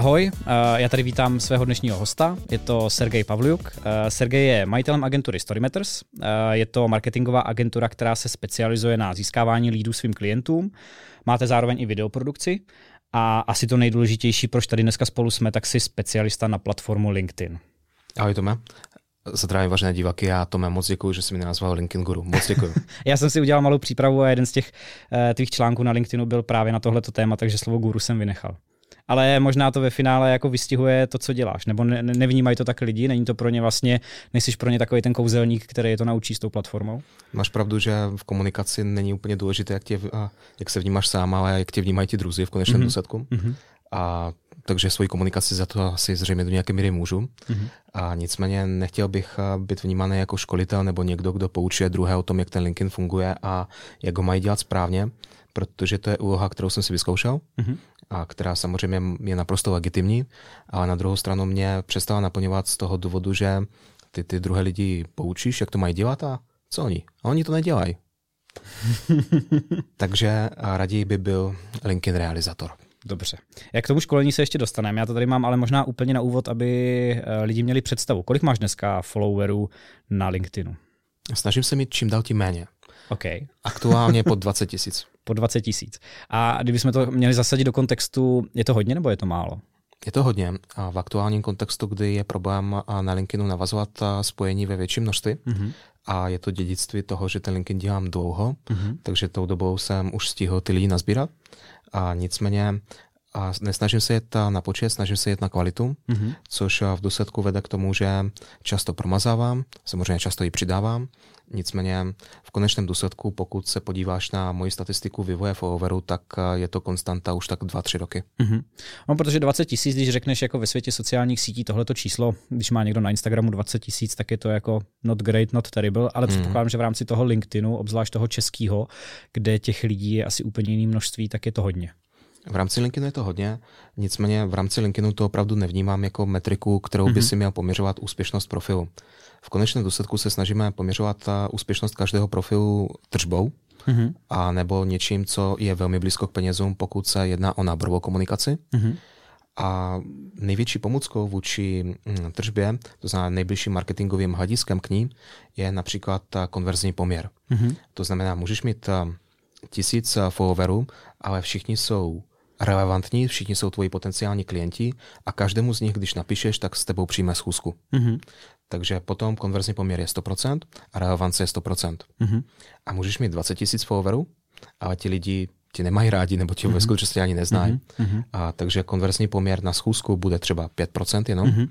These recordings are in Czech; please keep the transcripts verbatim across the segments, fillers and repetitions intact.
Ahoj, já tady vítám svého dnešního hosta, je to Sergej Pavliuk. Sergej je majitelem agentury StoryMatters, je to marketingová agentura, která se specializuje na získávání leadů svým klientům. Máte zároveň i videoprodukci a asi to nejdůležitější, proč tady dneska spolu jsme, tak jsi specialista na platformu LinkedIn. Ahoj Tome. Zdravím vážené diváky, já Tome moc děkuji, že jsi mě nazval LinkedIn Guru. Moc děkuji. Já jsem si udělal malou přípravu a jeden z těch uh, tvých článků na LinkedInu byl právě na tohleto téma, takže slovo guru jsem vynechal. Ale možná to ve finále jako vystihuje to, co děláš, nebo ne, nevnímají to tak lidi, není to pro ně vlastně, nejsiš pro ně takový ten kouzelník, který je to naučí s tou platformou? Máš pravdu, že v komunikaci není úplně důležité, jak, tě, jak se vnímáš sám, ale jak tě vnímají ti druzí v konečném mm-hmm. důsledku. Mm-hmm. A takže svoji komunikaci za to asi zřejmě do nějaké míry můžu. Mm-hmm. A nicméně nechtěl bych být vnímaný jako školitel nebo někdo, kdo poučuje druhé o tom, jak ten LinkedIn funguje a jak ho mají dělat správně, protože to je úloha, kterou jsem si vyzkoušel mm-hmm. a která samozřejmě je naprosto legitimní, ale na druhou stranu mě přestala naplňovat z toho důvodu, že ty, ty druhé lidi poučíš, jak to mají dělat a co oni? A oni to nedělají. Takže raději by byl LinkedIn realizátor. Dobře. Jak k tomu školení se ještě dostaneme? Já to tady mám ale možná úplně na úvod, aby lidi měli představu. Kolik máš dneska followerů na LinkedInu? Snažím se mít čím dál tím méně. Okay. Aktuálně pod dvacet tisíc. Po dvacet tisíc. A kdybychom to měli zasadit do kontextu, je to hodně nebo je to málo? Je to hodně. A v aktuálním kontextu, kdy je problém na LinkedInu navazovat spojení ve větším množství, mm-hmm. a je to dědictví toho, že ten LinkedIn dělám dlouho, mm-hmm. takže tou dobou jsem už stihl ty lidi nazbírat. A nicméně a nesnažím se jet na počet, snažím se jet na kvalitu, mm-hmm. což v důsledku vede k tomu, že často promazávám, samozřejmě často ji přidávám. Nicméně v konečném důsledku, pokud se podíváš na moji statistiku vývoje followerů, tak je to konstanta už tak dva, tři roky. Mm-hmm. No, protože dvacet tisíc, když řekneš jako ve světě sociálních sítí tohleto číslo, když má někdo na Instagramu dvacet tisíc, tak je to jako not great, not terrible, ale předpokládám, mm-hmm. že v rámci toho LinkedInu, obzvlášť toho českého, kde těch lidí je asi úplně jiný množství, tak je to hodně. V rámci LinkedInu je to hodně, nicméně v rámci LinkedInu to opravdu nevnímám jako metriku, kterou by mm-hmm. si měl poměřovat úspěšnost profilu. V konečném důsledku se snažíme poměřovat úspěšnost každého profilu tržbou mm-hmm. a nebo něčím, co je velmi blízko k penězům, pokud se jedná o náborovou komunikaci. Mm-hmm. A největší pomůckou vůči tržbě, to znamená nejbližším marketingovým hlediskem k ní, je například konverzní poměr. Mm-hmm. To znamená, můžeš mít tisíc followerů, ale všichni jsou relevantní, všichni jsou tvoji potenciální klienti a každému z nich, když napíšeš, tak s tebou přijme schůzku. Mm-hmm. Takže potom konverzní poměr je sto procent a relevance je sto procent. Mm-hmm. A můžeš mít dvacet tisíc followerů, ale ti lidi ti nemají rádi, nebo ti mm-hmm. ve skutečnosti ani neznají. Mm-hmm. A takže konverzní poměr na schůzku bude třeba pět procent jenom. Mm-hmm.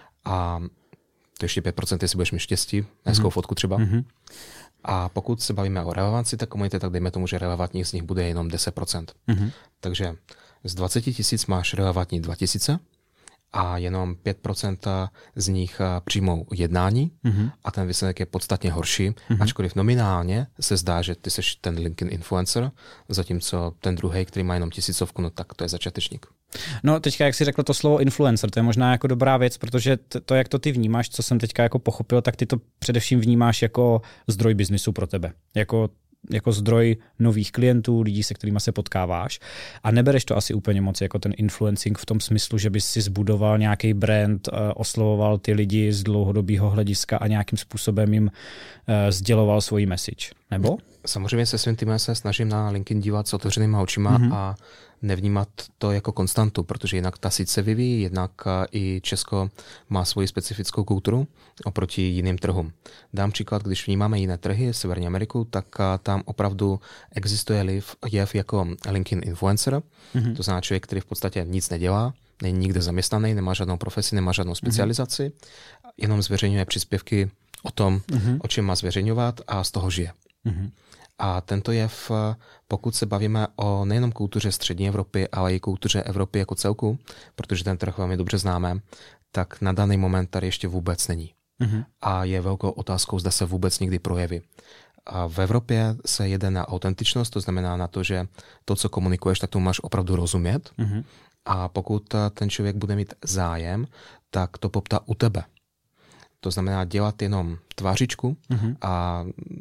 A to ještě pět procent, jestli budeš mít štěstí, hezkou mm-hmm. fotku třeba. Mm-hmm. A pokud se bavíme o relevanci té komunity, tak dejme tomu, že relevantních z nich bude jenom deset procent. Mm-hmm. Takže z dvacet tisíc máš relevantní dva tisíce a jenom pět procent z nich přijmou jednání mm-hmm. a ten výsledek je podstatně horší, mm-hmm. ačkoliv nominálně se zdá, že ty jsi ten LinkedIn influencer, zatímco ten druhý, který má jenom tisícovku, no tak to je začátečník. No teďka, jak jsi řekl to slovo influencer, to je možná jako dobrá věc, protože to, to jak to ty vnímáš, co jsem teďka jako pochopil, tak ty to především vnímáš jako zdroj biznisu pro tebe. Jako jako zdroj nových klientů, lidí, se kterými se potkáváš. A nebereš to asi úplně moc jako ten influencing v tom smyslu, že bys si zbudoval nějaký brand, oslovoval ty lidi z dlouhodobého hlediska a nějakým způsobem jim sděloval svoji message. Nebo? Samozřejmě se svým týmem se snažím na LinkedIn dívat s otevřenýma očima mm-hmm. a nevnímat to jako konstantu, protože jinak ta síť se vyvíjí, jednak i Česko má svoji specifickou kulturu oproti jiným trhům. Dám příklad, když vnímáme jiné trhy, Severní Ameriku, tak tam opravdu existuje jev jako LinkedIn influencer, mm-hmm. to znamená člověk, který v podstatě nic nedělá, není nikde zaměstnaný, nemá žádnou profesi, nemá žádnou specializaci, mm-hmm. jenom zveřejňuje příspěvky o tom, mm-hmm. o čem má zveřejňovat a z toho žije. Mm-hmm. A tento jev, pokud se bavíme o nejenom kultuře střední Evropy, ale i kultuře Evropy jako celku, protože ten trh velmi dobře známe, tak na daný moment tady ještě vůbec není. Mm-hmm. A je velkou otázkou, zda se vůbec někdy projeví. A v Evropě se jede na autentičnost, to znamená na to, že to, co komunikuješ, tak tomu máš opravdu rozumět. Mm-hmm. A pokud ten člověk bude mít zájem, tak to poptá u tebe. To znamená dělat jenom tvářičku mm-hmm. a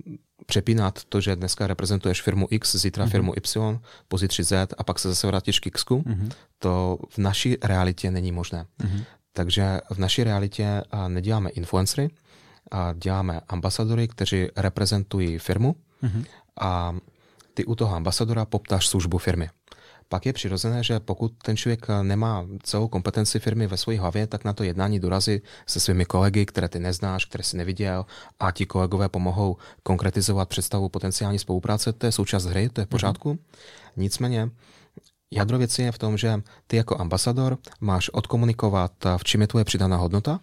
přepínat to, že dneska reprezentuješ firmu X, zítra mm-hmm. firmu Y, pozítří Z a pak se zase vrátíš k Xku, mm-hmm. to v naší realitě není možné. Mm-hmm. Takže v naší realitě neděláme influencery, a děláme ambasadory, kteří reprezentují firmu mm-hmm. a ty u toho ambasadora poptáš službu firmy. Pak je přirozené, že pokud ten člověk nemá celou kompetenci firmy ve své hlavě, tak na to jednání dorazí se svými kolegy, které ty neznáš, které si neviděl a ti kolegové pomohou konkretizovat představu potenciální spolupráce. To je součást hry, to je v pořádku. Mm-hmm. Nicméně jádro věci je v tom, že ty jako ambasador máš odkomunikovat, v čem je tvoje přidaná hodnota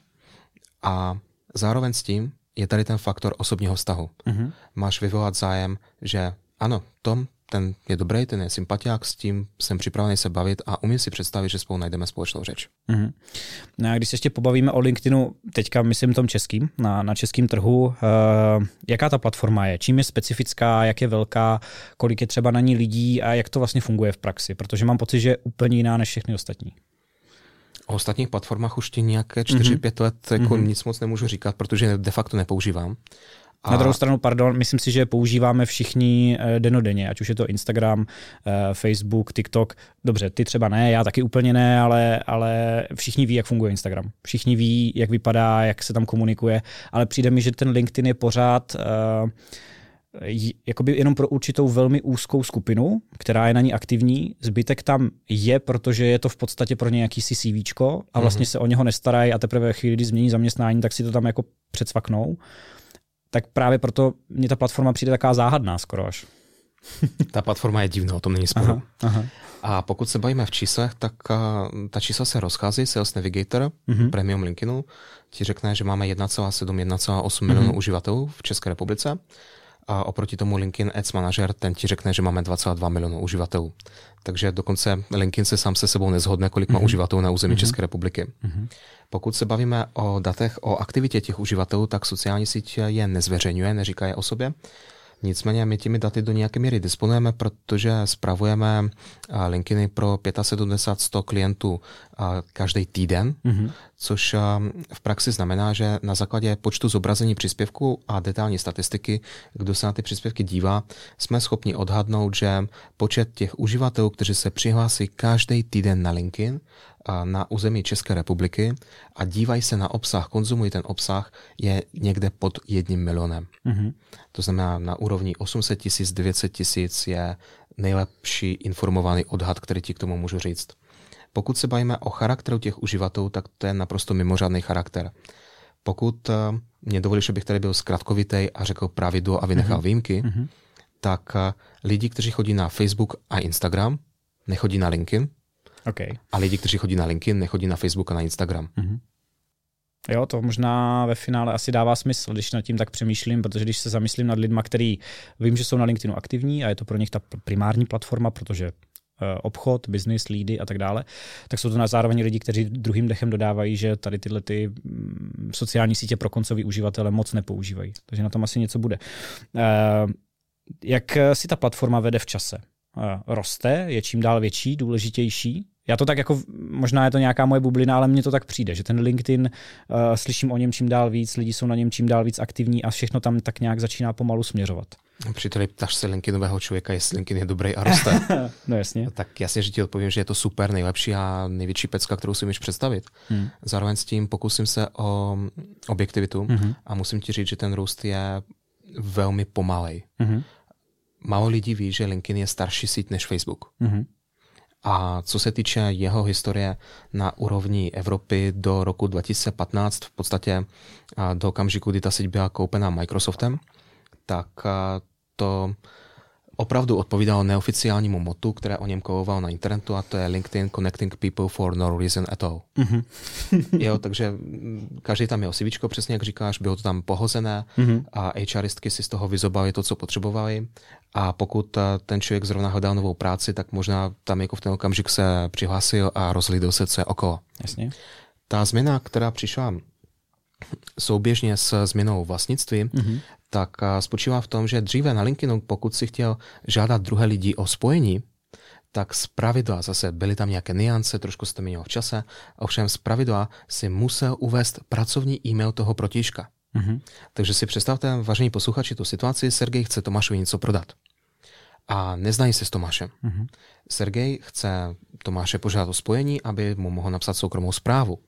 a zároveň s tím je tady ten faktor osobního vztahu. Mm-hmm. Máš vyvolat zájem, že ano, Tom, ten je dobrý, ten je sympatiák, s tím jsem připravený se bavit a umím si představit, že spolu najdeme společnou řeč. Mm-hmm. No a když se ještě pobavíme o LinkedInu, teďka myslím tom českým, na, na českém trhu, uh, jaká ta platforma je, čím je specifická, jak je velká, kolik je třeba na ní lidí a jak to vlastně funguje v praxi, protože mám pocit, že je úplně jiná než všechny ostatní. O ostatních platformách už ti nějaké čtyři pět mm-hmm. let jako mm-hmm. nic moc nemůžu říkat, protože de facto nepoužívám. A... Na druhou stranu, pardon, myslím si, že používáme všichni denodenně, ať už je to Instagram, Facebook, TikTok. Dobře, ty třeba ne, já taky úplně ne, ale, ale všichni ví, jak funguje Instagram. Všichni ví, jak vypadá, jak se tam komunikuje, ale přijde mi, že ten LinkedIn je pořád uh, jakoby jenom pro určitou velmi úzkou skupinu, která je na ní aktivní. Zbytek tam je, protože je to v podstatě pro ně jakýsi CVčko a vlastně mm-hmm. se o něho nestarají a teprve chvíli, kdy změní zaměstnání, tak si to tam jako předsvaknou. Tak právě proto mě ta platforma přijde taková záhadná skoro až. Ta platforma je divná, o tom není sporu. Aha, aha. A pokud se bavíme v číslech, tak uh, ta čísla se rozchází. Sales Navigator, mm-hmm. premium LinkedInu, ti řekne, že máme jedna celá sedm, jedna celá osm mm-hmm. milionů uživatelů v České republice. A oproti tomu LinkedIn Ads Manager, ten ti řekne, že máme dva celá dva milionu uživatelů. Takže dokonce LinkedIn se sám se sebou nezhodne, kolik má mm-hmm. uživatelů na území mm-hmm. České republiky. Mm-hmm. Pokud se bavíme o datech, o aktivitě těch uživatelů, tak sociální síť je nezveřejňuje, neříká je o sobě. Nicméně my těmi daty do nějaké míry disponujeme, protože spravujeme LinkedIny pro sedmdesát pět až sto klientů každý týden, mm-hmm. což v praxi znamená, že na základě počtu zobrazení příspěvku a detailní statistiky, kdo se na ty příspěvky dívá, jsme schopni odhadnout, že počet těch uživatelů, kteří se přihlásí každý týden na LinkedIn, na území České republiky a dívají se na obsah, konzumují ten obsah, je někde pod jedním milionem. Mm-hmm. To znamená na úrovni osm set tisíc, devět set tisíc je nejlepší informovaný odhad, který ti k tomu můžu říct. Pokud se bavíme o charakteru těch uživatelů, tak to je naprosto mimořádný charakter. Pokud uh, mě dovolíš, abych tady byl zkratkovitej a řekl pravidlo a vynechal mm-hmm. výjimky, mm-hmm. tak uh, lidi, kteří chodí na Facebook a Instagram, nechodí na LinkedIn. Okay. A lidi, kteří chodí na LinkedIn, nechodí na Facebook a na Instagram. Mm-hmm. Jo, to možná ve finále asi dává smysl, když nad tím tak přemýšlím, protože když se zamyslím nad lidma, který vím, že jsou na LinkedInu aktivní a je to pro nich ta primární platforma, protože obchod, business, lídy a tak dále, tak jsou to na zároveň lidi, kteří druhým dechem dodávají, že tady tyhle ty sociální sítě pro koncový uživatele moc nepoužívají. Takže na tom asi něco bude. Jak si ta platforma vede v čase? Roste, je čím dál větší, důležitější? Já to tak jako, možná je to nějaká moje bublina, ale mně to tak přijde, že ten LinkedIn, uh, slyším o něm čím dál víc, lidi jsou na něm čím dál víc aktivní a všechno tam tak nějak začíná pomalu směřovat. Příteli, ptáš se LinkedInového člověka, jestli LinkedIn je dobrý a roste. No jasně. Tak jasně, že ti odpovím, že je to super, nejlepší a největší pecka, kterou si můžeš představit. Hmm. Zároveň s tím pokusím se o objektivitu hmm. a musím ti říct, že ten růst je velmi pomalej. Hmm. Málo lidí ví, že LinkedIn je starší síť než Facebook. Hmm. A co se týče jeho historie na úrovni Evropy do roku dva tisíce patnáct, v podstatě do okamžiku, kdy ta síť byla koupena Microsoftem, tak to opravdu odpovídalo neoficiálnímu motu, které o něm koloval na internetu, a to je LinkedIn Connecting People for no reason at all. Mm-hmm. Jo, takže každý tam měl CVčko, přesně jak říkáš, bylo to tam pohozené mm-hmm. a HRistky si z toho vyzobali to, co potřebovali, a pokud ten člověk zrovna hledal novou práci, tak možná tam jako v ten okamžik se přihlásil a rozhlídl se, co je okolo. Jasně. Ta změna, která přišla souběžně s změnou vlastnictví, mm-hmm. tak spočívá v tom, že dříve na LinkedInu, pokud si chtěl žádat druhé lidi o spojení, tak zpravidla, zase byly tam nějaké niance, trošku se to měnilo v čase, ovšem zpravidla si musel uvést pracovní e-mail toho protějška. Mm-hmm. Takže si představte, vážení posluchači, tu situaci, Sergej chce Tomášovi něco prodat. A neznají se s Tomášem. Mm-hmm. Sergej chce Tomáše požádat o spojení, aby mu mohl napsat soukromou zprávu.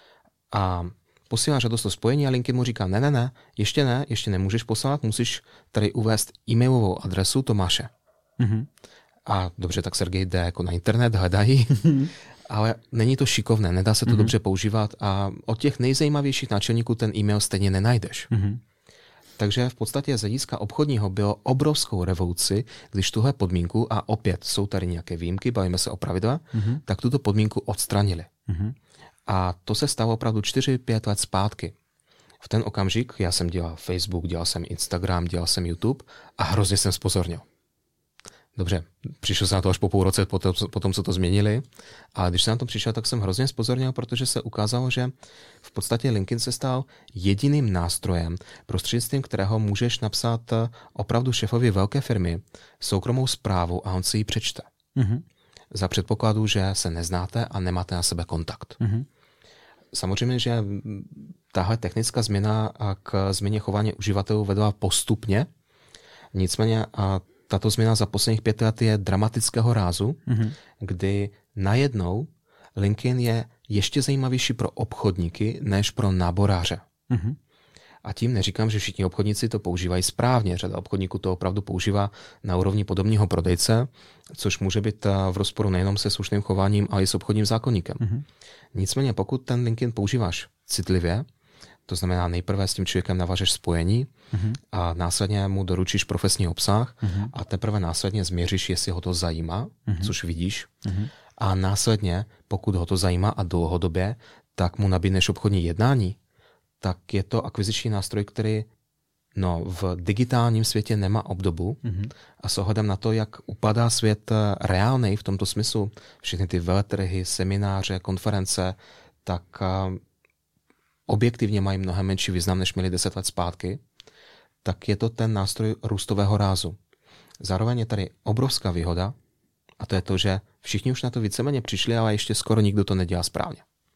A posílá žádost o spojení a LinkedIn mu říká, ne, ne, ne, ještě ne, ještě nemůžeš poslat, musíš tady uvést e-mailovou adresu Tomáše. Mm-hmm. A dobře, tak Sergej jde jako na internet, hledají, mm-hmm. ale není to šikovné, nedá se to mm-hmm. dobře používat a od těch nejzajímavějších náčelníků ten e-mail stejně nenajdeš. Mm-hmm. Takže v podstatě z hlediska obchodního bylo obrovskou revoluci, když tuhle podmínku, a opět jsou tady nějaké výjimky, bavíme se o pravidla, mm-hmm. tak tuto podmínku odstranili. Mm-hmm. A to se stalo opravdu čtyři pět let zpátky. V ten okamžik já jsem dělal Facebook, dělal jsem Instagram, dělal jsem YouTube a hrozně jsem zpozornil. Dobře, přišel jsem na to až po půl roce, potom, potom co to změnili, ale když jsem na to přišel, tak jsem hrozně zpozornil, protože se ukázalo, že v podstatě LinkedIn se stal jediným nástrojem, prostřednictvím kterého můžeš napsat opravdu šéfovi velké firmy soukromou zprávu a on si ji přečte. Mm-hmm. Za předpokladu, že se neznáte a nemáte na sebe kontakt. Mm-hmm. Samozřejmě, že tahle technická změna k změně chování uživatelů vedla postupně, nicméně a tato změna za posledních pět let je dramatického rázu, mm-hmm. kdy najednou LinkedIn je ještě zajímavější pro obchodníky než pro náboráře. Mm-hmm. A tím neříkám, že všichni obchodníci to používají správně. Řada obchodníků to opravdu používá na úrovni podobního prodejce, což může být v rozporu nejenom se slušným chováním, ale i s obchodním zákonníkem. Mm-hmm. Nicméně pokud ten LinkedIn používáš citlivě, to znamená nejprve s tím člověkem navážeš spojení mm-hmm. a následně mu doručíš profesní obsah mm-hmm. a teprve následně změříš, jestli ho to zajímá, mm-hmm. což vidíš. Mm-hmm. A následně, pokud ho to zajímá a dlouhodobě, tak mu nabídneš obchodní jednání, tak je to akviziční nástroj, který no, v digitálním světě nemá obdobu mm-hmm. a s ohledem na to, jak upadá svět reálnej v tomto smyslu, všechny ty veletrhy, semináře, konference, tak objektivně mají mnohem menší význam, než měli deset let zpátky, tak je to ten nástroj růstového rázu. Zároveň je tady obrovská výhoda a to je to, že všichni už na to víceméně přišli, ale ještě skoro nikdo to nedělá správně.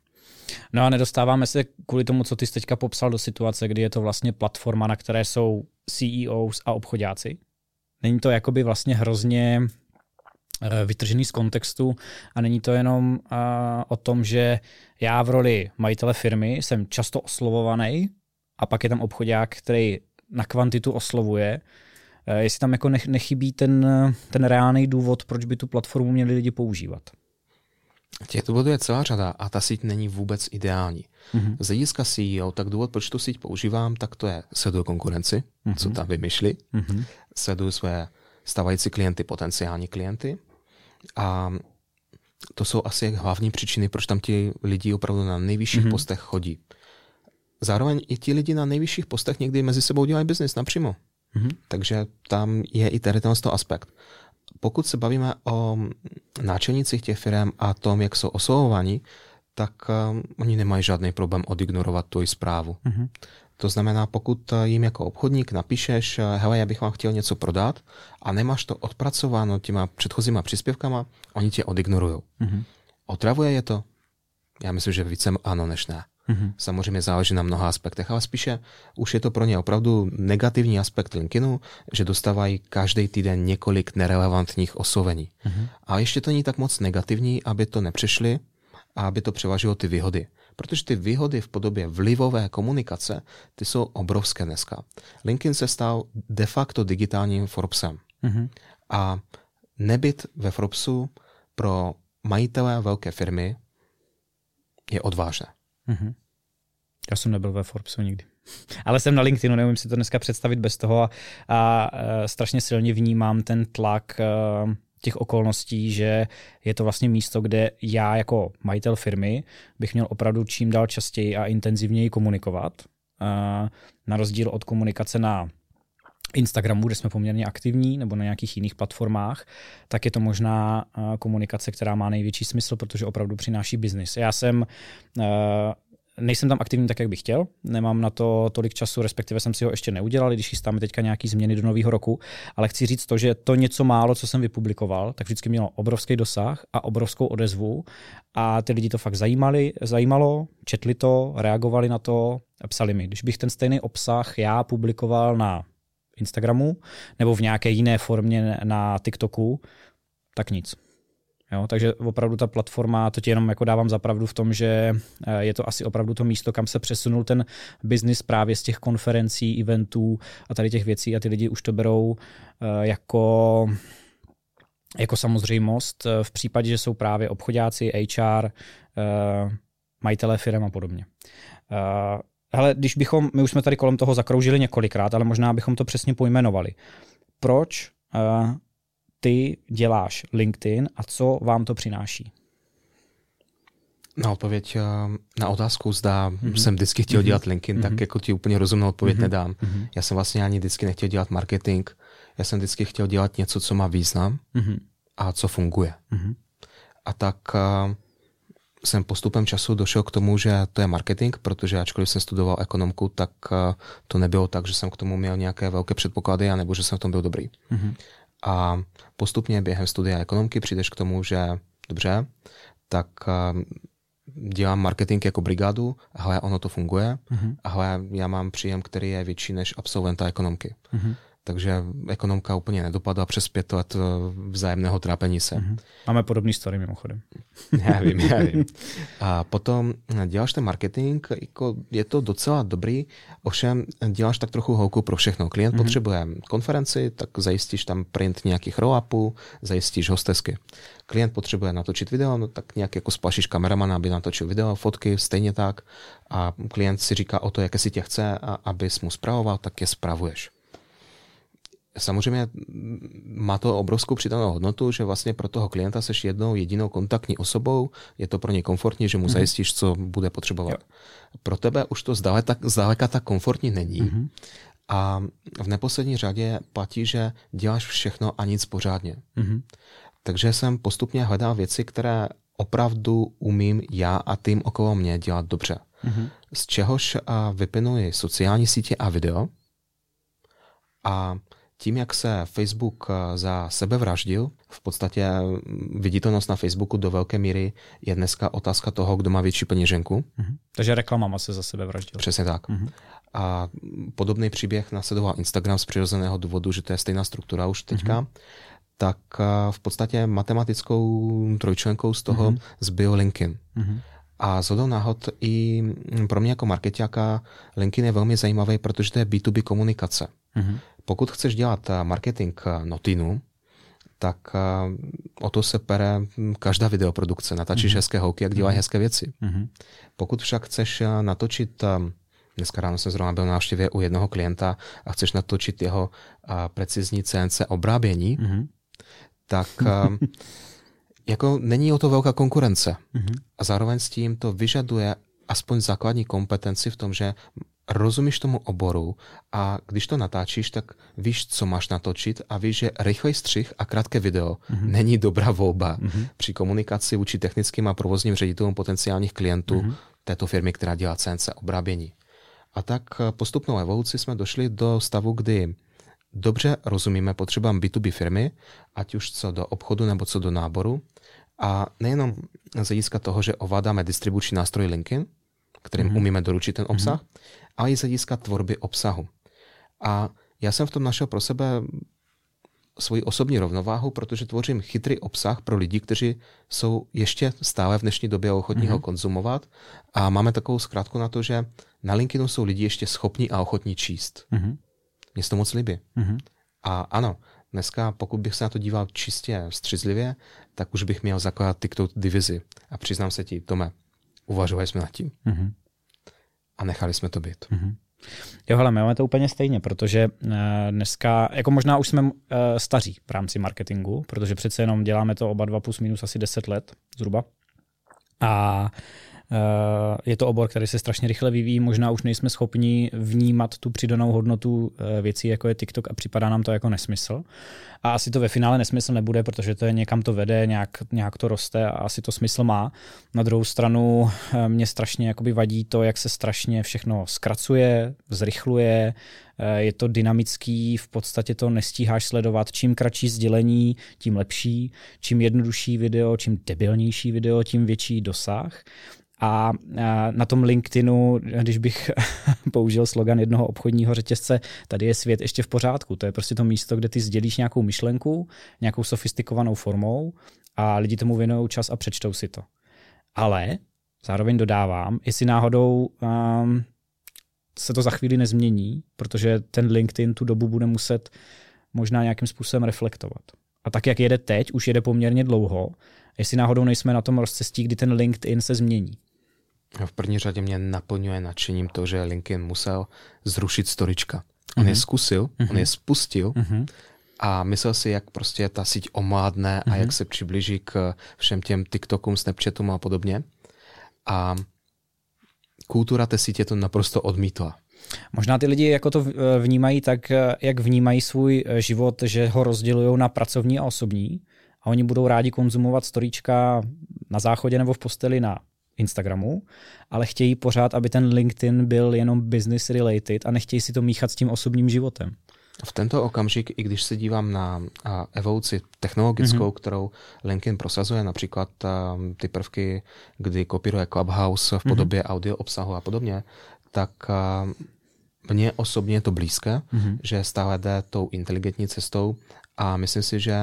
No a nedostáváme se kvůli tomu, co ty jsi teďka popsal, do situace, kdy je to vlastně platforma, na které jsou C E Os a obchodáci. Není to jakoby vlastně hrozně vytržený z kontextu a není to jenom uh, o tom, že já v roli majitele firmy jsem často oslovovaný a pak je tam obchodák, který na kvantitu oslovuje. Uh, jestli tam jako nech, nechybí ten, ten reálný důvod, proč by tu platformu měli lidi používat. Těch důvodů je celá řada a ta síť není vůbec ideální. Mm-hmm. Z hlediska C E O, tak důvod, proč tu síť používám, tak to je sleduju konkurenci, mm-hmm. co tam vymyšli, mm-hmm. sleduju své stávající klienty, potenciální klienty a to jsou asi hlavní příčiny, proč tam ti lidi opravdu na nejvyšších mm-hmm. postech chodí. Zároveň i ti lidi na nejvyšších postech někdy mezi sebou dělají biznis napřímo. Mm-hmm. Takže tam je i tady tenhle aspekt. Pokud se bavíme o náčelnících těch firm a tom, jak jsou oslovovaní, tak um, oni nemají žádný problém odignorovat tvoji zprávu. Mm-hmm. To znamená, pokud jim jako obchodník napíšeš, hele, já bych vám chtěl něco prodat a nemáš to odpracováno těma předchozíma příspěvkama, oni tě odignorujou. Mm-hmm. Otravuje je to? Já myslím, že více ano než ne. Mm-hmm. Samozřejmě záleží na mnoha aspektech, ale spíše už je to pro ně opravdu negativní aspekt LinkedInu, že dostávají každý týden několik nerelevantních oslovení. Mm-hmm. A ještě to není tak moc negativní, aby to nepřešli a aby to převažilo ty výhody. Protože ty výhody v podobě vlivové komunikace, ty jsou obrovské dneska. LinkedIn se stal de facto digitálním Forbesem. Mm-hmm. A nebyt ve Forbesu pro majitele velké firmy je odvážné. Mm-hmm. Já jsem nebyl ve Forbesu nikdy. Ale jsem na LinkedInu, neumím si to dneska představit bez toho a, a, a strašně silně vnímám ten tlak a, těch okolností, že je to vlastně místo, kde já jako majitel firmy bych měl opravdu čím dál častěji a intenzivněji komunikovat. A, na rozdíl od komunikace na Instagramu, kde jsme poměrně aktivní, nebo na nějakých jiných platformách, tak je to možná komunikace, která má největší smysl, protože opravdu přináší biznis. Já jsem uh, nejsem tam aktivní tak, jak bych chtěl, nemám na to tolik času, respektive jsem si ho ještě neudělal, když chystáme teďka nějaký změny do nového roku, ale chci říct to, že to něco málo, co jsem vypublikoval, tak vždycky mělo obrovský dosah a obrovskou odezvu a ty lidi to fakt zajímali, zajímalo, četli to, reagovali na to a psali mi. Když bych ten stejný obsah já publikoval na Instagramu nebo v nějaké jiné formě na TikToku, tak nic. Jo, takže opravdu ta platforma, to ti jenom jako dávám za pravdu v tom, že je to asi opravdu to místo, kam se přesunul ten biznis právě z těch konferencí, eventů a tady těch věcí a ty lidi už to berou jako, jako samozřejmost v případě, že jsou právě obchodáci, H R, majitelé firem a podobně. Hele, když bychom, my už jsme tady kolem toho zakroužili několikrát, ale možná bychom to přesně pojmenovali. Proč ty děláš LinkedIn a co vám to přináší? Na odpověď na otázku, zda mm-hmm. jsem vždycky chtěl mm-hmm. dělat LinkedIn, mm-hmm. tak jako ti úplně rozumnou odpověď mm-hmm. nedám. Mm-hmm. Já jsem vlastně ani vždycky nechtěl dělat marketing, já jsem vždycky chtěl dělat něco, co má význam mm-hmm. a co funguje. Mm-hmm. A tak uh, jsem postupem času došel k tomu, že to je marketing, protože ačkoliv jsem studoval ekonomku, tak uh, to nebylo tak, že jsem k tomu měl nějaké velké předpoklady, anebo že jsem v tom byl dobrý. Mm-hmm. A postupně během studia ekonomky přijdeš k tomu, že dobře, tak uh, dělám marketing jako brigádu, hele, ono to funguje, uh-huh. a hele, já mám příjem, který je větší než absolventa ekonomky. Uh-huh. Takže ekonomka úplně nedopadla přes pět let vzájemného trápení se. Uh-huh. Máme podobný story mimochodem. Já vím, já vím. A potom děláš ten marketing, jako je to docela dobrý, ovšem děláš tak trochu holku pro všechno. Klient uh-huh. potřebuje konferenci, tak zajistíš tam print nějakých roll-upů, zajistíš hostesky. Klient potřebuje natočit video, no tak nějak jako splašíš kameramana, aby natočil video, fotky, stejně tak. A klient si říká o to, jaké si tě chce, a abys mu spravoval, tak je spravuješ. Samozřejmě má to obrovskou přidanou hodnotu, že vlastně pro toho klienta seš jednou jedinou kontaktní osobou, je to pro něj komfortní, že mu mm-hmm. zajistíš, co bude potřebovat. Jo. Pro tebe už to zdaleka, zdaleka tak komfortní není. Mm-hmm. A v neposlední řadě platí, že děláš všechno a nic pořádně. Mm-hmm. Takže jsem postupně hledal věci, které opravdu umím já a tým okolo mě dělat dobře. Mm-hmm. Z čehož vyplynuly sociální sítě a video. A tím, jak se Facebook za sebe vraždil, v podstatě viditelnost na Facebooku do velké míry je dneska otázka toho, kdo má větší peněženku. Mm-hmm. Takže reklamama se za sebe vraždil. Přesně tak. Mm-hmm. A podobný příběh následoval Instagram z přirozeného důvodu, že to je stejná struktura už teďka. Mm-hmm. Tak v podstatě matematickou trojčlenkou z toho mm-hmm. zbyl LinkedIn. Mm-hmm. A shodou náhod i pro mě jako markeťáka LinkedIn je velmi zajímavý, protože to je bé dvě bé komunikace. Mm-hmm. Pokud chceš dělat marketing Notinu, tak o to se pere každá videoprodukce. Natačíš mm-hmm. hezké holky, jak dělají mm-hmm. hezké věci. Mm-hmm. Pokud však chceš natočit, dneska ráno jsem zrovna byl na návštěvě u jednoho klienta a chceš natočit jeho precizní C N C obrábění, mm-hmm. tak jako není o to velká konkurence. Mm-hmm. A zároveň s tím to vyžaduje aspoň základní kompetenci v tom, že rozumíš tomu oboru a když to natáčíš, tak víš, co máš natočit a víš, že rychlej střih a krátké video mm-hmm. není dobrá volba mm-hmm. při komunikaci vůči technickým a provozním ředitelům potenciálních klientů mm-hmm. této firmy, která dělá C N C obrábění. A tak postupnou evoluci jsme došli do stavu, kdy dobře rozumíme potřebám bé dvě bé firmy, ať už co do obchodu nebo co do náboru. A nejenom z hlediska toho, že ovládáme distribuční nástroj LinkedIn, kterým mm-hmm. umíme doručit ten obsah, mm-hmm. ale i z hlediska tvorby obsahu. A já jsem v tom našel pro sebe svoji osobní rovnováhu, protože tvořím chytrý obsah pro lidi, kteří jsou ještě stále v dnešní době ochotní mm-hmm. ho konzumovat. A máme takovou zkrátku na to, že na LinkedInu jsou lidi ještě schopní a ochotní číst. Mm-hmm. Mně se to moc líbí. Mm-hmm. A ano, dneska, pokud bych se na to díval čistě střízlivě, tak už bych měl zakládat TikTok divizi. A přiznám se ti, Tome, uvažovali jsme nad tím. Mm-hmm. A nechali jsme to být. Mm-hmm. Jo, hele, my máme to úplně stejně, protože dneska, jako možná už jsme staří v rámci marketingu, protože přece jenom děláme to oba dva plus minus asi deset let zhruba. A Je to obor, který se strašně rychle vyvíjí, možná už nejsme schopni vnímat tu přidanou hodnotu věcí, jako je TikTok a připadá nám to jako nesmysl. A asi to ve finále nesmysl nebude, protože to je někam to vede, nějak, nějak to roste a asi to smysl má. Na druhou stranu mě strašně jakoby vadí to, jak se strašně všechno zkracuje, zrychluje, je to dynamický, v podstatě to nestíháš sledovat. Čím kratší sdělení, tím lepší. Čím jednodušší video, čím debilnější video, tím větší dosah. A na tom LinkedInu, když bych použil slogan jednoho obchodního řetězce, tady je svět ještě v pořádku. To je prostě to místo, kde ty sdělíš nějakou myšlenku, nějakou sofistikovanou formou a lidi tomu věnují čas a přečtou si to. Ale zároveň dodávám, jestli náhodou um, se to za chvíli nezmění, protože ten LinkedIn tu dobu bude muset možná nějakým způsobem reflektovat. A tak, jak jede teď, už jede poměrně dlouho, jestli náhodou nejsme na tom rozcestí, kdy ten LinkedIn se změní. V první řadě mě naplňuje nadšením to, že LinkedIn musel zrušit storička. On uh-huh. je zkusil, uh-huh. on je spustil uh-huh. a myslel si, jak prostě ta síť omládne uh-huh. a jak se přiblíží k všem těm TikTokům, Snapchatům a podobně. A kultura té sítě to naprosto odmítla. Možná ty lidi jako to vnímají tak, jak vnímají svůj život, že ho rozdělují na pracovní a osobní a oni budou rádi konzumovat storíčka na záchodě nebo v posteli na Instagramu, ale chtějí pořád, aby ten LinkedIn byl jenom business related a nechtějí si to míchat s tím osobním životem. V tento okamžik, i když se dívám na evoluci technologickou, mm-hmm. kterou LinkedIn prosazuje, například ty prvky, kdy kopíruje Clubhouse v podobě mm-hmm. audio obsahu a podobně, tak mně osobně je to blízké, mm-hmm. že stále jde tou inteligentní cestou a myslím si, že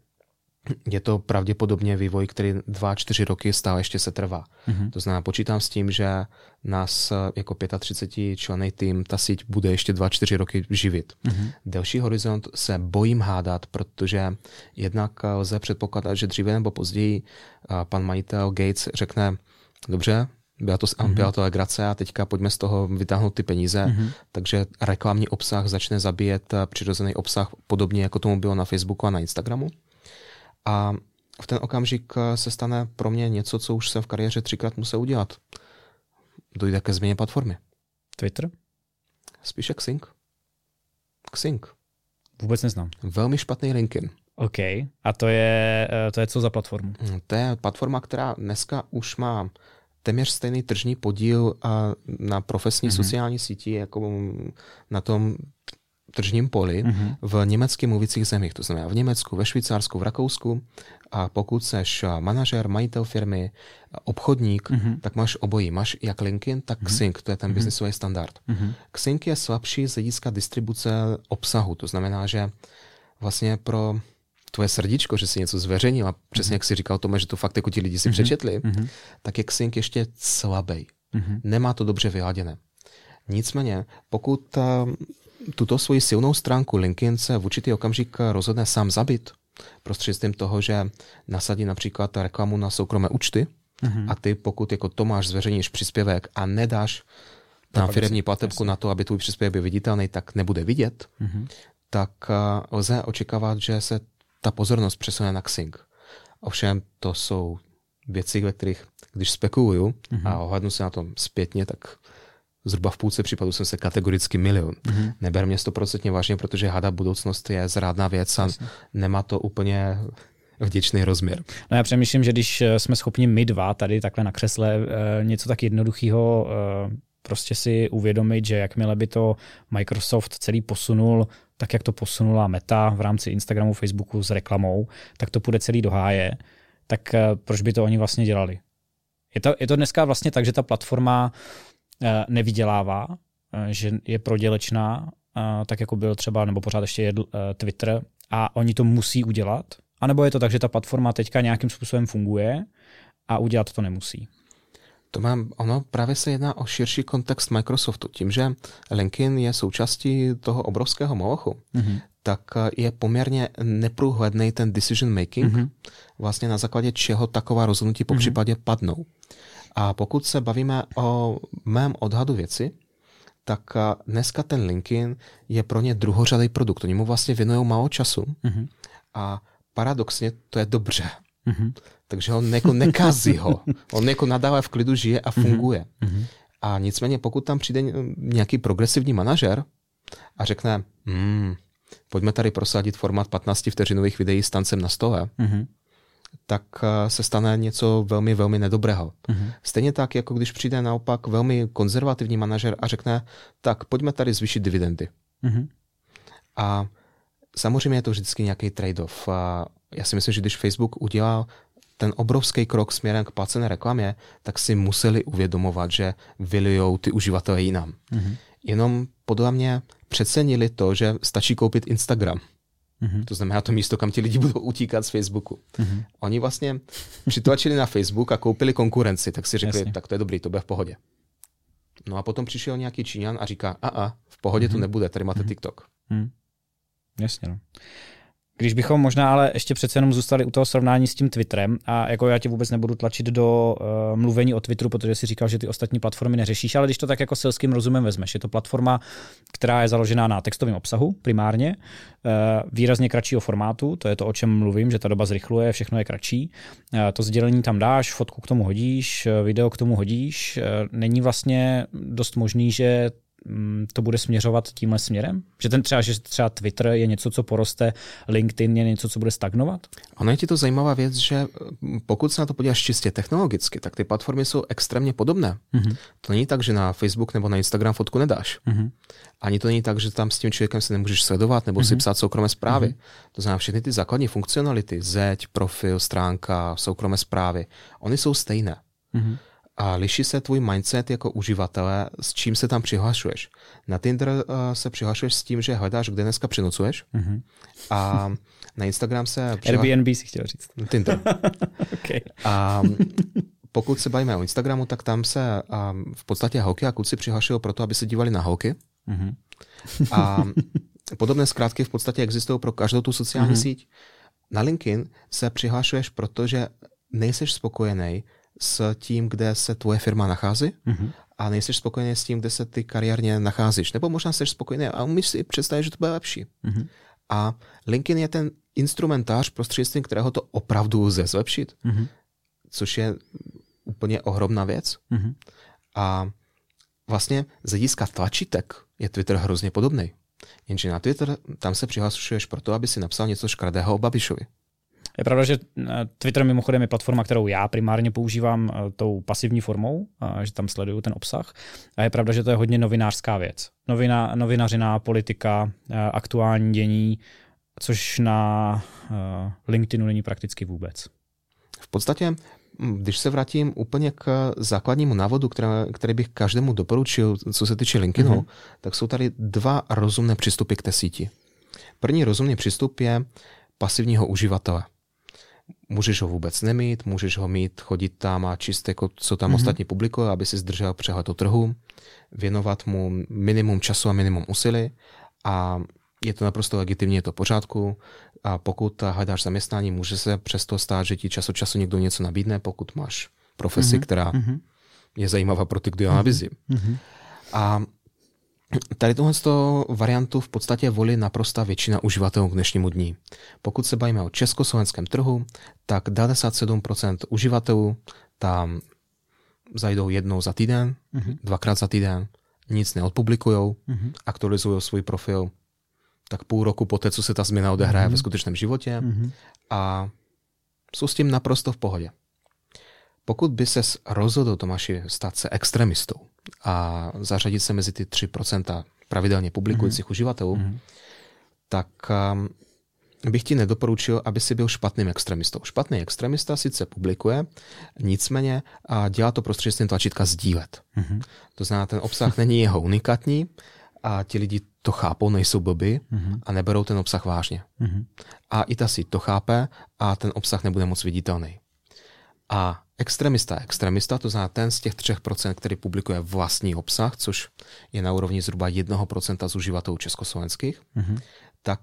je to pravděpodobně vývoj, který dva, čtyři roky stále ještě se trvá. Mm-hmm. To znamená, počítám s tím, že nás jako třicet pět členný tým, ta síť bude ještě dva, čtyři roky živit. Mm-hmm. Delší horizont se bojím hádat, protože jednak lze předpokládat, že dříve nebo později pan majitel Gates řekne, dobře, byla to, mm-hmm. byla to legrace a teďka pojďme z toho vytáhnout ty peníze, mm-hmm. takže reklamní obsah začne zabíjet přirozený obsah, podobně jako tomu bylo na Facebooku a na Instagramu. A v ten okamžik se stane pro mě něco, co už jsem v kariéře třikrát musel udělat. Dojde ke změně platformy. Twitter? Spíše Xing. Xing. Vůbec neznám. Velmi špatný LinkedIn. OK. A to je, to je co za platformu? To je platforma, která dneska už má téměř stejný tržní podíl na profesní mm-hmm. sociální síti, jako na tom tržním poli mm-hmm. v německy mluvících zemích. To znamená v Německu, ve Švýcarsku, v Rakousku. A pokud seš manažer, majitel firmy, obchodník, mm-hmm. tak máš obojí. Máš jak LinkedIn, tak mm-hmm. Xing. To je ten mm-hmm. businessový standard. Mm-hmm. Xing je slabší z hlediska distribuce obsahu. To znamená, že vlastně pro tvoje srdíčko, že si něco zveřejnil a přesně mm-hmm. jak si říkal Tome, že to fakt jako ti lidi si mm-hmm. přečetli, mm-hmm. tak je Xing ještě slabý. Mm-hmm. Nemá to dobře vyladěné. Nicméně, pokud tuto svoji silnou stránku LinkedIn se v určitý okamžik rozhodne sám zabít, prostřednictvím toho, že nasadí například reklamu na soukromé účty mm-hmm. a ty, pokud jako Tomáš zveřejníš příspěvek a nedáš na firemní platebku na to, aby tvůj příspěvek byl viditelný, tak nebude vidět, mm-hmm. tak lze očekávat, že se ta pozornost přesune na Xing. Ovšem to jsou věci, ve kterých, když spekuluju mm-hmm. a ohlednu se na tom zpětně, tak zhruba v půlce případů jsem se kategoricky milion. Mm-hmm. Neber mě stoprocentně vážně, protože hada budoucnost je zrádná věc a Jasně. nemá to úplně vděčný rozměr. No já přemýšlím, že když jsme schopni my dva tady takhle na křesle něco tak jednoduchého prostě si uvědomit, že jakmile by to Microsoft celý posunul, tak jak to posunula Meta v rámci Instagramu, Facebooku s reklamou, tak to půjde celý do háje, tak proč by to oni vlastně dělali? Je to, je to dneska vlastně tak, že ta platforma nevydělává, že je prodělečná, tak jako byl třeba, nebo pořád ještě je Twitter a oni to musí udělat, anebo je to tak, že ta platforma teďka nějakým způsobem funguje a udělat to nemusí? To mám, ono právě se jedná o širší kontext Microsoftu. Tím, že LinkedIn je součástí toho obrovského molochu, mm-hmm. tak je poměrně neprůhledný ten decision making, mm-hmm. vlastně na základě čeho taková rozhodnutí po případě mm-hmm. padnou. A pokud se bavíme o mém odhadu věci, tak dneska ten LinkedIn je pro ně druhořadý produkt. Oni mu vlastně věnují málo času mm-hmm. a paradoxně to je dobře. Mm-hmm. Takže on jako nekazí ho. On jako nadále v klidu žije a funguje. Mm-hmm. A nicméně pokud tam přijde nějaký progresivní manažer a řekne, hmm, pojďme tady prosadit formát patnáctivteřinových videí s tancem na stole, mm-hmm. tak se stane něco velmi, velmi nedobrého. Mm-hmm. Stejně tak, jako když přijde naopak velmi konzervativní manažer a řekne, tak pojďme tady zvýšit dividendy. Mm-hmm. A samozřejmě je to vždycky nějaký trade-off. A já si myslím, že když Facebook udělal ten obrovský krok směrem k placené reklamě, tak si museli uvědomovat, že vylijou ty uživatele jinam. Mm-hmm. Jenom podle mě přecenili to, že stačí koupit Instagram. Mm-hmm. To znamená to místo, kam ti lidi budou utíkat z Facebooku. Mm-hmm. Oni vlastně přitlačili na Facebook a koupili konkurenci, tak si řekli, Jasně. tak to je dobrý, to bude v pohodě. No a potom přišel nějaký Číňan a říká, a a, v pohodě mm-hmm. to nebude, tady máte mm-hmm. TikTok. Mm. Jasně, no. Když bychom možná ale ještě přece jenom zůstali u toho srovnání s tím Twitterem a jako já tě vůbec nebudu tlačit do uh, mluvení o Twitteru, protože jsi říkal, že ty ostatní platformy neřešíš, ale když to tak jako selským rozumem vezmeš, je to platforma, která je založená na textovém obsahu primárně, uh, výrazně kratšího formátu, to je to, o čem mluvím, že ta doba zrychluje, všechno je kratší. Uh, to sdělení tam dáš, fotku k tomu hodíš, video k tomu hodíš, uh, není vlastně dost možný, že to bude směřovat tímhle směrem? Že ten třeba, že třeba Twitter je něco, co poroste, LinkedIn je něco, co bude stagnovat? Ono je ti to zajímavá věc, že pokud se na to podíváš čistě technologicky, tak ty platformy jsou extrémně podobné. Mm-hmm. To není tak, že na Facebook nebo na Instagram fotku nedáš. Mm-hmm. Ani to není tak, že tam s tím člověkem se nemůžeš sledovat nebo mm-hmm. si psát soukromé zprávy. Mm-hmm. To znamená, všechny ty základní funkcionality, zeď, profil, stránka, soukromé zprávy, oni jsou stejné. Mm-hmm. A liší se tvůj mindset jako uživatele, s čím se tam přihlašuješ. Na Tinder uh, se přihlašuješ s tím, že hledáš, kde dneska přenocuješ. Mm-hmm. A na Instagram se... Přihla... Airbnb si chtěl říct. Tinder. Okay. A pokud se bavíme o Instagramu, tak tam se um, v podstatě holky a kluci přihlašují proto, aby se dívali na holky. Mm-hmm. A podobné zkrátky v podstatě existují pro každou tu sociální mm-hmm. síť. Na LinkedIn se přihlašuješ, protože nejseš spokojený s tím, kde se tvoje firma nachází mm-hmm. a nejsi spokojený s tím, kde se ty kariérně nacházíš. Nebo možná jsi spokojený a umíš si představit, že to bude lepší. Mm-hmm. A LinkedIn je ten instrumentář, prostřednictvím kterého to opravdu lze zlepšit. Mm-hmm. Což je úplně ohromná věc. Mm-hmm. A vlastně z hlediska tlačítek je Twitter hrozně podobný. Jenže na Twitter tam se přihlašuješ proto, aby si napsal něco škradého o Babišovi. Je pravda, že Twitter mimochodem je platforma, kterou já primárně používám tou pasivní formou, že tam sleduju ten obsah. A je pravda, že to je hodně novinářská věc. Novina, novinařina, politika, aktuální dění, což na LinkedInu není prakticky vůbec. V podstatě, když se vrátím úplně k základnímu návodu, které, který bych každému doporučil, co se týče LinkedInu, mm-hmm. tak jsou tady dva rozumné přístupy k té síti. První rozumný přístup je pasivního uživatele. Můžeš ho vůbec nemít, můžeš ho mít, chodit tam a číst, jako, co tam mm-hmm. ostatní publikuje, aby si zdržel přehled o trhu, věnovat mu minimum času a minimum úsilí a je to naprosto legitimní, je to v pořádku. A pokud hledáš zaměstnání, může se přesto stát, že ti čas od času někdo něco nabídne, pokud máš profesi, mm-hmm. která mm-hmm. je zajímavá pro ty, kdo ji nabízí. Mm-hmm. A tady tohle variantu v podstatě volí naprosta většina uživatelů k dnešnímu dní. Pokud se bavíme o československém trhu, tak devadesát sedm procent uživatelů tam zajdou jednou za týden, mm-hmm. dvakrát za týden, nic neodpublikujou, mm-hmm. aktualizují svůj profil, tak půl roku poté, co se ta změna odehraje mm-hmm. ve skutečném životě mm-hmm. a jsou s tím naprosto v pohodě. Pokud by ses rozhodl, Tomáši, stát se extremistou a zařadit se mezi ty tři procenta pravidelně publikujících mm-hmm. uživatelů, mm-hmm. tak um, bych ti nedoporučil, aby si byl špatným extremistou. Špatný extremista sice publikuje, nicméně a dělá to prostřednictvím tlačítka sdílet. Mm-hmm. To znamená, ten obsah není jeho unikátní a ti lidi to chápou, nejsou blbí mm-hmm. a neberou ten obsah vážně. Mm-hmm. A i ta síť to chápe a ten obsah nebude moc viditelný. A extremista je extremista, to znamená ten z těch tři procenta, který publikuje vlastní obsah, což je na úrovni zhruba jednoho procenta z uživatelů československých, mm-hmm. tak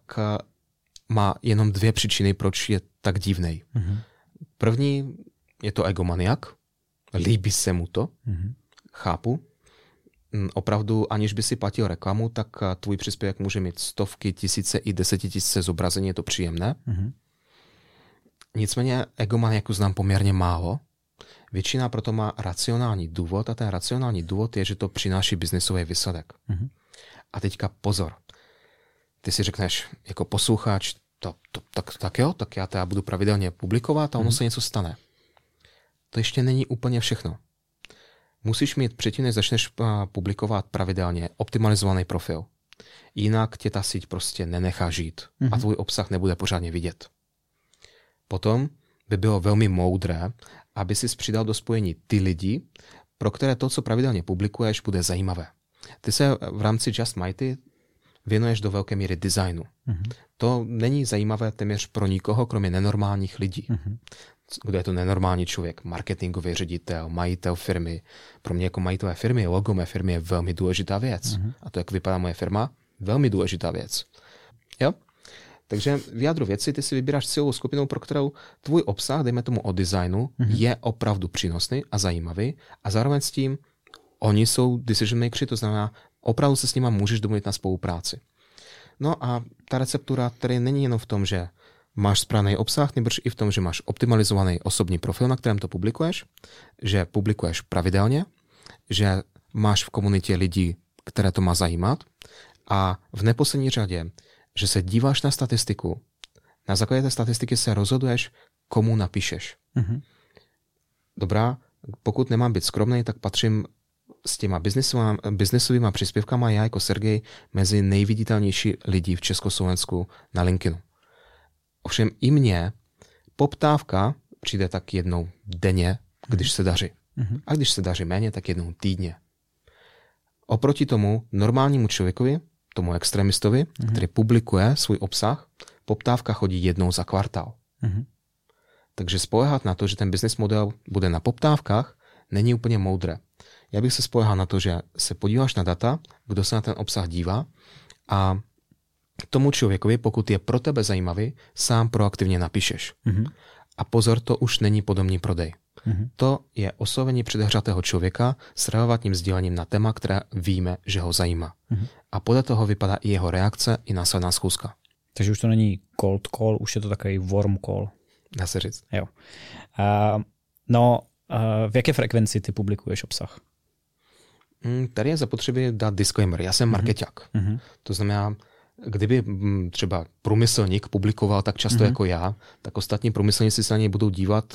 má jenom dvě příčiny, proč je tak divnej. Mm-hmm. První je to egomaniak, líbí se mu to, mm-hmm. chápu. Opravdu, aniž by si platil reklamu, tak tvůj příspěvek může mít stovky, tisíce i desetitisíce zobrazení, je to příjemné. Mm-hmm. Nicméně egomaniaků znám poměrně málo. Většina proto má racionální důvod a ten racionální důvod je, že to přináší biznisový výsledek. Mm-hmm. A teďka pozor. Ty si řekneš jako posluchač, to, to, tak, tak jo, tak já teda budu pravidelně publikovat a ono mm-hmm. se něco stane. To ještě není úplně všechno. Musíš mít předtím, než začneš publikovat pravidelně optimalizovaný profil. Jinak tě ta síť prostě nenechá žít mm-hmm. a tvůj obsah nebude pořádně vidět. Potom by bylo velmi moudré, aby si přidal do spojení ty lidi, pro které to, co pravidelně publikuješ, bude zajímavé. Ty se v rámci Just Mighty věnuješ do velké míry designu. Mm-hmm. To není zajímavé téměř pro nikoho, kromě nenormálních lidí. Mm-hmm. Kdo je to nenormální člověk? Marketingový ředitel, majitel firmy. Pro mě jako majitele firmy, logo mé firmy je velmi důležitá věc. Mm-hmm. A to, jak vypadá moje firma, velmi důležitá věc. Jo? Takže v jádru věci ty si vybíráš cílovou skupinu, pro kterou tvůj obsah, dejme tomu o designu, mm-hmm. je opravdu přínosný a zajímavý a zároveň s tím oni jsou decision makeri, to znamená, opravdu se s nima můžeš domluvit na spolupráci. No a ta receptura tady není jenom v tom, že máš správný obsah, nebož i v tom, že máš optimalizovaný osobní profil, na kterém to publikuješ, že publikuješ pravidelně, že máš v komunitě lidí, které to má zajímat a v neposlední řadě, že se díváš na statistiku, na základě té statistiky se rozhoduješ, komu napíšeš. Mm-hmm. Dobrá, pokud nemám být skromný, tak patřím s těma biznesovými příspěvkama já jako Sergej mezi nejviditelnější lidi v Československu na LinkedInu. Ovšem i mně poptávka přijde tak jednou denně, když se daří. Mm-hmm. A když se daří méně, tak jednou týdně. Oproti tomu normálnímu člověkovi, tomu extremistovi, mm-hmm. který publikuje svůj obsah, poptávka chodí jednou za kvartál. Mm-hmm. Takže spoléhat na to, že ten business model bude na poptávkách, není úplně moudré. Já bych se spolehal na to, že se podíváš na data, kdo se na ten obsah dívá a tomu člověkovi, pokud je pro tebe zajímavý, sám proaktivně napíšeš. Mm-hmm. A pozor, to už není podomní prodej. Mm-hmm. To je oslovení předehřatého člověka s relevantním sdělením na téma, které víme, že ho zajímá. Mm-hmm. A podle toho vypadá i jeho reakce, i následná schůzka. Takže už to není cold call, už je to takový warm call. Dá se říct. Jo. Uh, no, uh, v jaké frekvenci ty publikuješ obsah? Mm, tady je zapotřebí dát disclaimer. Já jsem mm-hmm. markeťák. Mm-hmm. To znamená, kdyby třeba průmyslník publikoval tak často mm-hmm. jako já, tak ostatní průmyslníci se na něj budou dívat,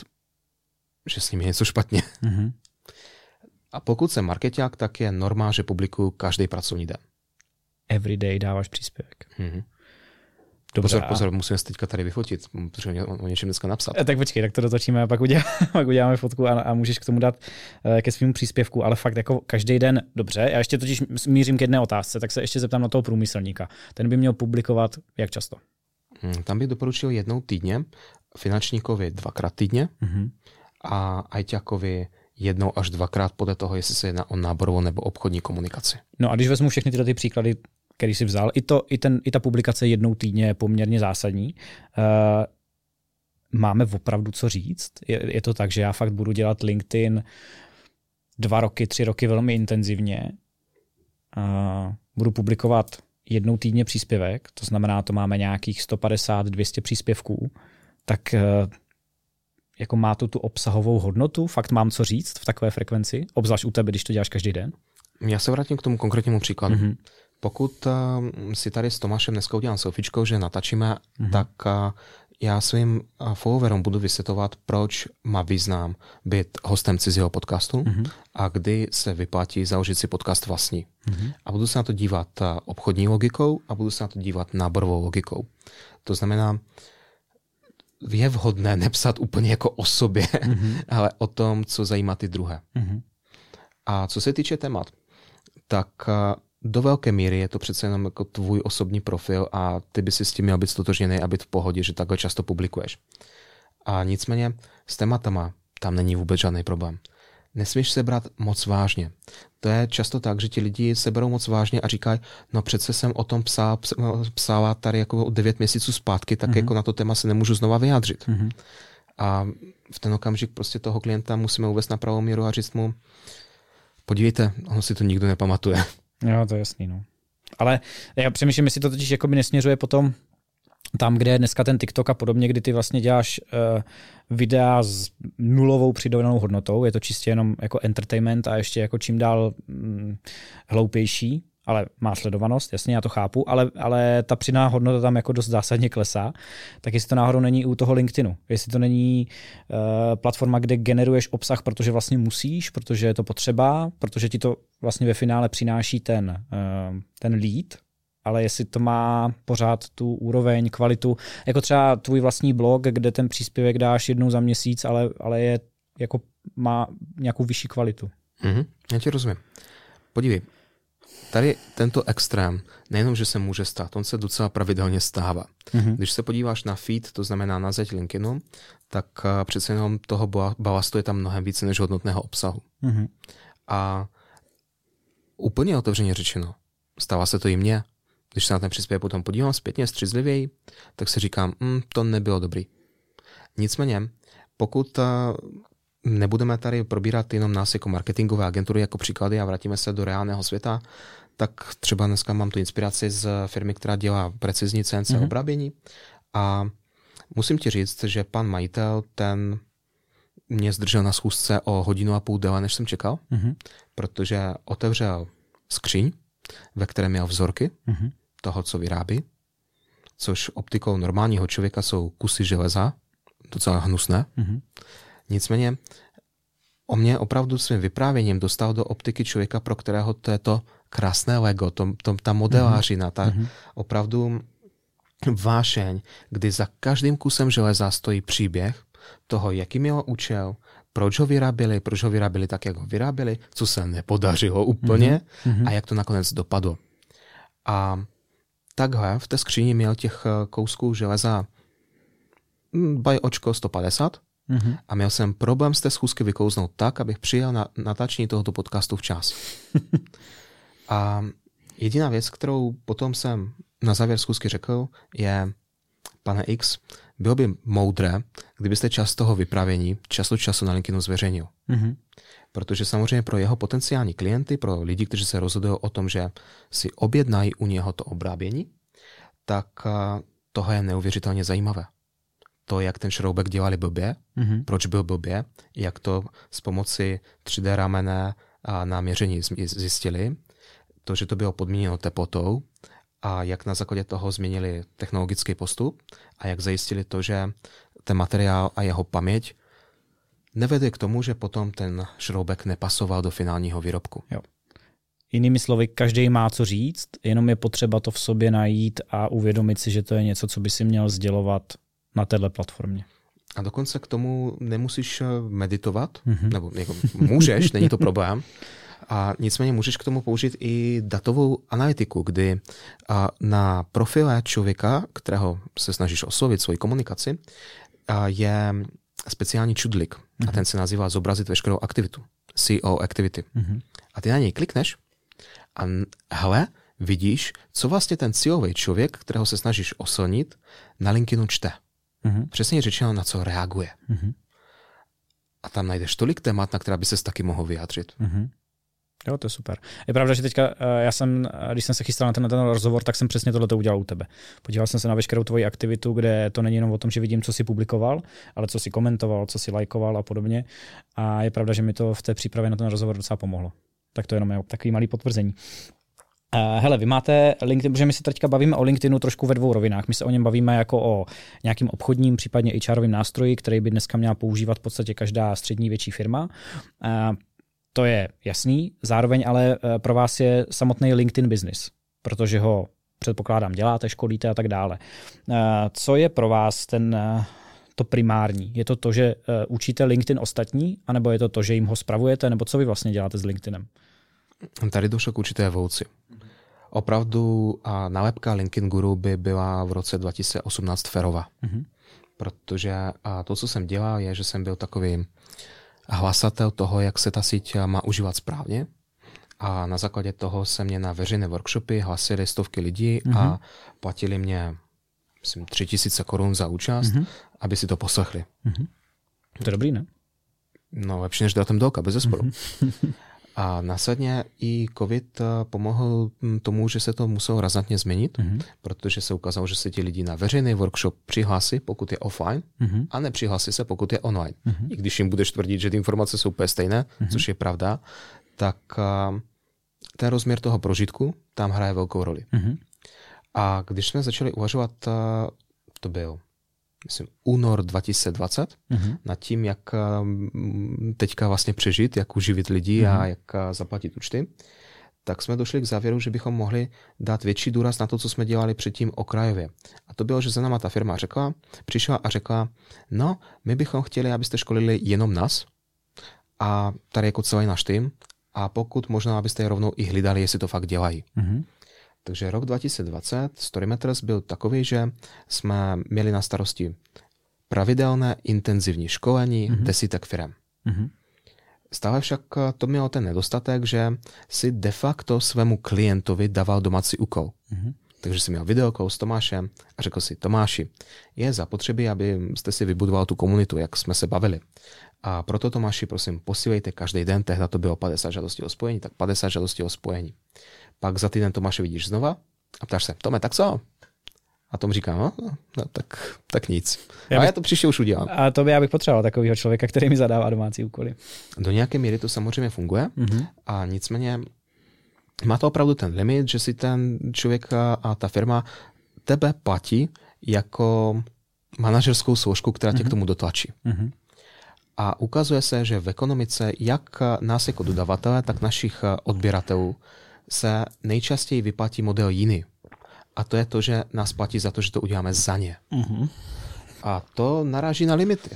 že s ním je něco špatně. Mm-hmm. A pokud jsem markeťák, tak je norma, že publikuju každý pracovní den. Every day dáváš příspěvek. Mm-hmm. Dobře. Pozor, pozor, musíme se teďka tady vyfotit, protože o, o něčem dneska napsat. Tak počkej, tak to dotočíme a pak uděláme, pak uděláme fotku a, a můžeš k tomu dát uh, ke svým příspěvku, ale fakt jako každý den, dobře, já ještě totiž mířím k jedné otázce, tak se ještě zeptám na toho průmyslníka. Ten by měl publikovat jak často? Hmm, tam bych doporučil jednou týdně, finančníkovi dvakrát týdně mm-hmm. a ajťákovi jednou až dvakrát podle toho, jestli se jedná o náborovou nebo obchodní komunikaci. No a když vezmu všechny tyhle ty příklady, který jsi vzal, i, to, i, ten, i ta publikace jednou týdně je poměrně zásadní. Uh, máme opravdu co říct? Je, je to tak, že já fakt budu dělat LinkedIn dva roky, tři roky velmi intenzivně. Uh, budu publikovat jednou týdně příspěvek, to znamená, to máme nějakých sto padesát dvě stě příspěvků, tak uh, jako má to tu obsahovou hodnotu? Fakt mám co říct v takové frekvenci? Obzvlášť u tebe, když to děláš každý den? Já se vrátím k tomu konkrétnímu příkladu. Mm-hmm. Pokud uh, si tady s Tomášem dneska udělám selfiečkou, že natačíme, mm-hmm. tak uh, já svým uh, followerům budu vysvětlovat, proč má význam být hostem cizího podcastu mm-hmm. a kdy se vyplatí založit si podcast vlastní. Mm-hmm. A budu se na to dívat uh, obchodní logikou a budu se na to dívat náborovou logikou. To znamená, je vhodné nepsat úplně jako o sobě, mm-hmm. ale o tom, co zajímá ty druhé. Mm-hmm. A co se týče témat, tak uh, do velké míry je to přece jenom jako tvůj osobní profil a ty by si s tím měl být stotožněný a být v pohodě, že takhle často publikuješ. A nicméně s tématama tam není vůbec žádný problém. Nesmíš se brát moc vážně. To je často tak, že ti lidi se berou moc vážně a říkají, no přece jsem o tom psal, psala tady jako devět měsíců zpátky, tak mm-hmm. jako na to téma se nemůžu znova vyjádřit. Mm-hmm. A v ten okamžik prostě toho klienta musíme uvést na pravou míru a říct mu, podívejte, ono si to nikdo nepamatuje. Jo, to je jasný, no. Ale já přemýšlím, jestli to totiž jakoby nesměřuje potom tam, kde je dneska ten TikTok a podobně, kdy ty vlastně děláš uh, videa s nulovou přidanou hodnotou, je to čistě jenom jako entertainment a ještě jako čím dál hm, hloupější, ale má sledovanost, jasně, já to chápu, ale, ale ta přidaná hodnota tam jako dost zásadně klesá, tak jestli to náhodou není u toho LinkedInu, jestli to není uh, platforma, kde generuješ obsah, protože vlastně musíš, protože je to potřeba, protože ti to vlastně ve finále přináší ten, uh, ten lead, ale jestli to má pořád tu úroveň, kvalitu, jako třeba tvůj vlastní blog, kde ten příspěvek dáš jednou za měsíc, ale, ale je, jako má nějakou vyšší kvalitu. Mm-hmm, já ti rozumím. Podívej, tady tento extrém, nejenom, že se může stát, on se docela pravidelně stává. Mm-hmm. Když se podíváš na feed, to znamená na zeď LinkedInu, tak přece jenom toho balastu je tam mnohem více než hodnotného obsahu. Mm-hmm. A úplně otevřeně řečeno, stává se to i mně. Když se na ten příspěvek potom podívám zpětně střízlivěji, tak si říkám, mm, to nebylo dobrý. Nicméně, pokud nebudeme tady probírat jenom nás jako marketingové agentury jako příklady a vrátíme se do reálného světa, tak třeba dneska mám tu inspiraci z firmy, která dělá precizní C N C mm-hmm. obrábění a musím ti říct, že pan majitel ten mě zdržel na schůzce o hodinu a půl déle, než jsem čekal, mm-hmm. protože otevřel skříň, ve které měl vzorky mm-hmm. toho, co vyrábí, což optikou normálního člověka jsou kusy železa, docela hnusné. Mm-hmm. Nicméně o mě opravdu svým vyprávěním dostal do optiky člověka, pro kterého to je to krásné Lego, to, to, ta modelářina, ta mm-hmm. opravdu vášeň, kdy za každým kusem železa stojí příběh toho, jaký měl účel, proč ho vyráběli, proč ho vyráběli tak, jak ho vyráběli, co se nepodařilo úplně mm-hmm. a jak to nakonec dopadlo. A takhle v té skříni měl těch kousků železa baj očko sto padesát mm-hmm. a měl jsem problém z té schůzky vykouznout tak, abych přijel na natáčení tohoto podcastu včas. A jediná věc, kterou potom jsem na závěr schůzky řekl, je, pane X, bylo by moudré, kdybyste čas toho vyprávění čas od času na LinkedInu zveřejnil. Mm-hmm. Protože samozřejmě pro jeho potenciální klienty, pro lidi, kteří se rozhodují o tom, že si objednají u něho to obrábění, tak toho je neuvěřitelně zajímavé. To, jak ten šroubek dělali blbě, mm-hmm. proč byl blbě, jak to s pomocí tři dé ramene a naměření zjistili, to, že to bylo podmíněno teplotou, a jak na základě toho změnili technologický postup a jak zajistili to, že ten materiál a jeho paměť nevede k tomu, že potom ten šroubek nepasoval do finálního výrobku. Jo. Jinými slovy, každý má co říct, jenom je potřeba to v sobě najít a uvědomit si, že to je něco, co by si měl sdělovat na téhle platformě. A dokonce k tomu nemusíš meditovat, mm-hmm. nebo jako, můžeš, není to problém, a nicméně můžeš k tomu použít i datovou analytiku, kdy na profile člověka, kterého se snažíš oslovit svoji komunikaci, je speciální čudlik mm-hmm. a ten se nazývá zobrazit veškerou aktivitu. C O activity. Mm-hmm. A ty na něj klikneš a hele, vidíš, co vlastně ten cílový člověk, kterého se snažíš oslnit, na LinkedInu čte. Mm-hmm. Přesně řečeno, na co reaguje. Mm-hmm. A tam najdeš tolik témat, na která by ses taky mohl vyjádřit. Mm-hmm. Jo, to je super. Je pravda, že teďka, já jsem, když jsem se chystal na ten, na ten rozhovor, tak jsem přesně tohleto udělal u tebe. Podíval jsem se na veškerou tvoji aktivitu, kde to není jenom o tom, že vidím, co jsi publikoval, ale co jsi komentoval, co jsi lajkoval a podobně. A je pravda, že mi to v té přípravě na ten rozhovor docela pomohlo. Tak to je jenom takový malý potvrzení. Uh, hele, vy máte LinkedIn, protože my se teďka bavíme o LinkedInu trošku ve dvou rovinách. My se o něm bavíme jako o nějakým obchodním, případně H R-ovým nástroji, který by dneska měla používat v podstatě každá střední větší firma. Uh, To je jasný, zároveň ale pro vás je samotný LinkedIn business, protože ho předpokládám děláte, školíte a tak dále. Co je pro vás ten, to primární? Je to to, že učíte LinkedIn ostatní, anebo je to to, že jim ho spravujete, nebo co vy vlastně děláte s LinkedInem? Tady došlo k určité evoluci. Opravdu a nálepka LinkedIn Guru by byla v roce dva tisíce osmnáct férová. Mm-hmm. Protože a to, co jsem dělal, je, že jsem byl takový hlasatel toho, jak se ta síť má užívat správně. A na základě toho se mě na veřejné workshopy hlasili stovky lidí mm-hmm. a platili mě myslím, tři tisíce korun za účast, mm-hmm. aby si to poslechli. Mm-hmm. To je dobrý, ne? No, lepší než datem dolka, bez zesporu. Mm-hmm. A následně i COVID pomohl tomu, že se to muselo razantně změnit, mm-hmm. protože se ukázalo, že se ti lidi na veřejný workshop přihlásí, pokud je offline, mm-hmm. a nepřihlásí se, pokud je online. Mm-hmm. I když jim budeš tvrdit, že ty informace jsou úplně stejné, mm-hmm. což je pravda, tak ten rozměr toho prožitku tam hraje velkou roli. Mm-hmm. A když jsme začali uvažovat, to byl myslím, únor dva tisíce dvacet, mm-hmm. nad tím, jak teďka vlastně přežít, jak uživit lidi mm-hmm. a jak zaplatit účty, tak jsme došli k závěru, že bychom mohli dát větší důraz na to, co jsme dělali předtím okrajově. A to bylo, že za náma ta firma řekla, přišla a řekla, no, my bychom chtěli, abyste školili jenom nás a tady jako celý náš tým a pokud možná, abyste je rovnou i hlídali, jestli to fakt dělají. Mm-hmm. Takže rok dva tisíce dvacet Storymeters byl takový, že jsme měli na starosti pravidelné intenzivní školení mm-hmm. desítek firem. Mm-hmm. Stále však to mělo ten nedostatek, že si de facto svému klientovi dával domácí úkol. Mm-hmm. Takže si měl videokol s Tomášem a řekl si, Tomáši, je zapotřebí, abyste si vybudoval tu komunitu, jak jsme se bavili. A proto, Tomáši, prosím, posílejte každý den, tehdy to bylo padesát žádostí o spojení, tak padesát žádostí o spojení. Pak za týden Tomáše vidíš znova a ptáš se, Tome, tak co? A Tom říká, no, no tak, tak nic. Já bych, a já to příště už udělám. A to by já bych potřeboval takového člověka, který mi zadává domácí úkoly. Do nějaké míry to samozřejmě funguje mm-hmm. a nicméně má to opravdu ten limit, že si ten člověk a ta firma tebe platí jako manažerskou složku, která tě mm-hmm. k tomu dotlačí. Mm-hmm. A ukazuje se, že v ekonomice jak nás jako dodavatele, tak našich odběratelů se nejčastěji vyplatí model jiný. A to je to, že nás platí za to, že to uděláme za ně. Mm-hmm. A to naráží na limity.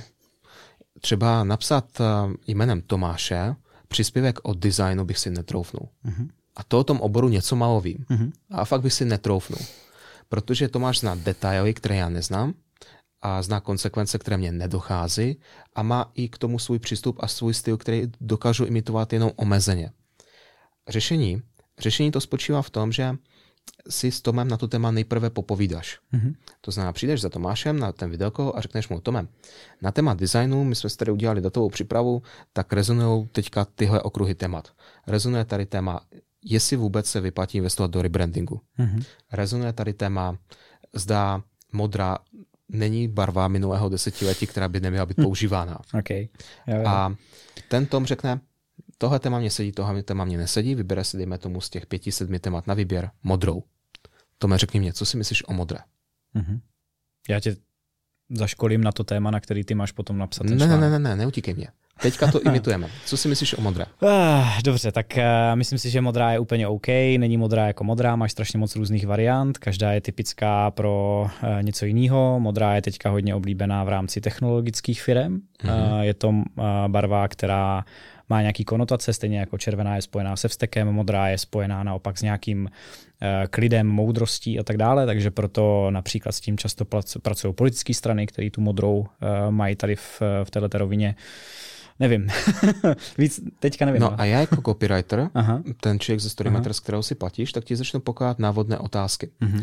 Třeba napsat jménem Tomáše příspěvek o designu bych si netroufnul. Mm-hmm. A to o tom oboru něco málo vím. Mm-hmm. A fakt bych si netroufnul. Protože Tomáš zná detaily, které já neznám, a zná konsekvence, které mě nedochází a má i k tomu svůj přístup a svůj styl, který dokážu imitovat jenom omezeně. Řešení, řešení to spočívá v tom, že si s Tomem na to téma nejprve popovídáš. Mm-hmm. To znamená, přijdeš za Tomášem na ten videokol a řekneš mu, Tome, na téma designu, my jsme si tady udělali datovou přípravu, tak rezonují teďka tyhle okruhy témat. Rezonuje tady téma, jestli vůbec se vyplatí investovat do rebrandingu. Mm-hmm. Rezonuje tady téma, zda modrá není barva minulého desetiletí, která by neměla být používána. Okay. Jo, jo. A ten Tom řekne, tohle téma mě sedí, tohle téma mě nesedí, vybere si, dejme tomu, z těch pěti, sedmi témat na výběr modrou. Tome, řekni mě, co si myslíš o modré? Mm-hmm. Já tě zaškolím na to téma, na který ty máš potom napsat ten ne, ne, ne, ne, ne, neutíkej mě. Teďka to imitujeme. Co si myslíš o modré? Uh, dobře, tak uh, myslím si, že modrá je úplně OK. Není modrá jako modrá, máš strašně moc různých variant. Každá je typická pro uh, něco jiného. Modrá je teďka hodně oblíbená v rámci technologických firem. Mm-hmm. Uh, je to uh, barva, která má nějaký konotace, stejně jako červená je spojená se vztekem, modrá je spojená naopak s nějakým uh, klidem, moudrostí a tak dále, takže proto například s tím často pracují politické strany, které tu modrou uh, mají tady v, v této rovině. Nevím. Víc teďka nevím. No a já jako copywriter, Aha. ten člověk ze Storymeters, z kterého si platíš, tak ti začnu pokládat návodné otázky. Uh-huh.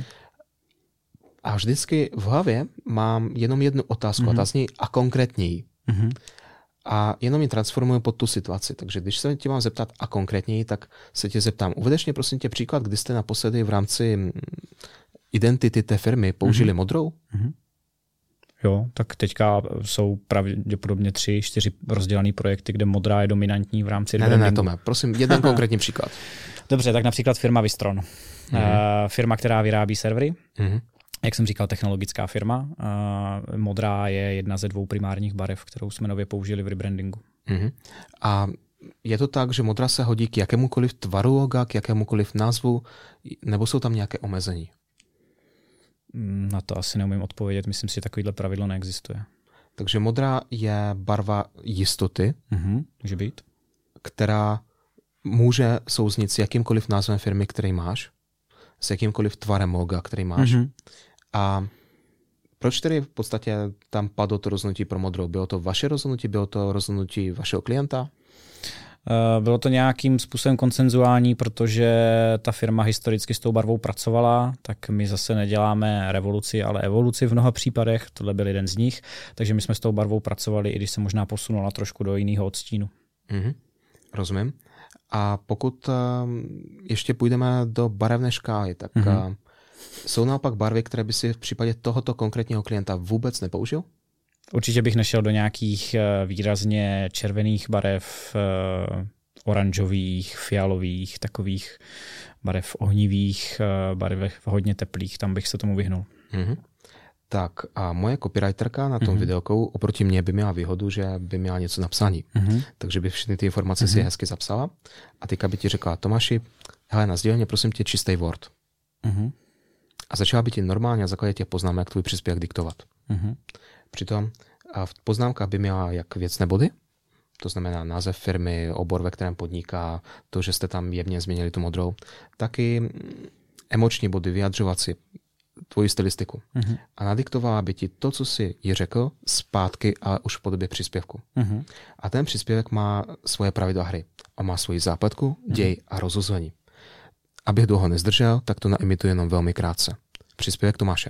A vždycky v hlavě mám jenom jednu otázku uh-huh. a ta zní a konkrétněji. Uh-huh. A jenom ji transformuji pod tu situaci. Takže když se tě mám zeptat a konkrétněji, tak se tě zeptám. Uvedeš mě prosím tě příklad, kdy jste naposledy v rámci identity té firmy použili uh-huh. modrou? Uh-huh. Jo, tak teďka jsou pravděpodobně tři, čtyři rozdělané projekty, kde modrá je dominantní v rámci Ne, ne, ne, Tome, prosím, jeden konkrétní příklad. Dobře, tak například firma Vistron. Mm-hmm. Uh, firma, která vyrábí servery. Mm-hmm. Jak jsem říkal, technologická firma. Uh, modrá je jedna ze dvou primárních barev, kterou jsme nově použili v rebrandingu. Mm-hmm. A je to tak, že modrá se hodí k jakémukoliv tvaru loga, k jakémukoliv názvu, nebo jsou tam nějaké omezení? Na to asi neumím odpovědět. Myslím si, že takovýhle pravidlo neexistuje. Takže modrá je barva jistoty, mm-hmm, může být, která může souznit s jakýmkoliv názvem firmy, který máš, s jakýmkoliv tvarem loga, který máš. Mm-hmm. A proč tedy v podstatě tam padlo to rozhodnutí pro modrou? Bylo to vaše rozhodnutí? Bylo to rozhodnutí vašeho klienta? Bylo to nějakým způsobem konsenzuální, protože ta firma historicky s tou barvou pracovala, tak my zase neděláme revoluci, ale evoluci v mnoha případech, tohle byl jeden z nich, takže my jsme s tou barvou pracovali, i když se možná posunula trošku do jiného odstínu. Mm-hmm. Rozumím. A pokud ještě půjdeme do barevné škály, tak mm-hmm. jsou naopak barvy, které by si v případě tohoto konkrétního klienta vůbec nepoužil? Určitě bych nešel do nějakých výrazně červených barev, oranžových, fialových, takových barev ohnivých, barev hodně teplých, tam bych se tomu vyhnul. Mm-hmm. Tak a moje copywriterka na tom mm-hmm. videoku oproti mně by měla výhodu, že by měla něco napsaný. Mm-hmm. Takže by všechny ty informace mm-hmm. si hezky zapsala a teďka by ti řekla: Tomáši, hele, nazdílej mě prosím tě čistý Word. Mm-hmm. A začala by ti normálně na základě těch poznámek tvůj příspěvek diktovat. Mm-hmm. Přitom a v poznámkách by měla jak věcné body, to znamená název firmy, obor, ve kterém podniká, to, že jste tam jemně změnili tu modrou, taky emoční body, vyjadřovací, tvoji stylistiku. Uh-huh. A nadiktovala by ti to, co jsi jí řekl, zpátky, ale už v podobě příspěvku. Uh-huh. A ten příspěvek má svoje pravidla hry. A má svoji zápletku, uh-huh. děj a rozuzlení. Abych dlouho nezdržel, tak to naimituji jenom velmi krátce. Příspěvek Tomáše.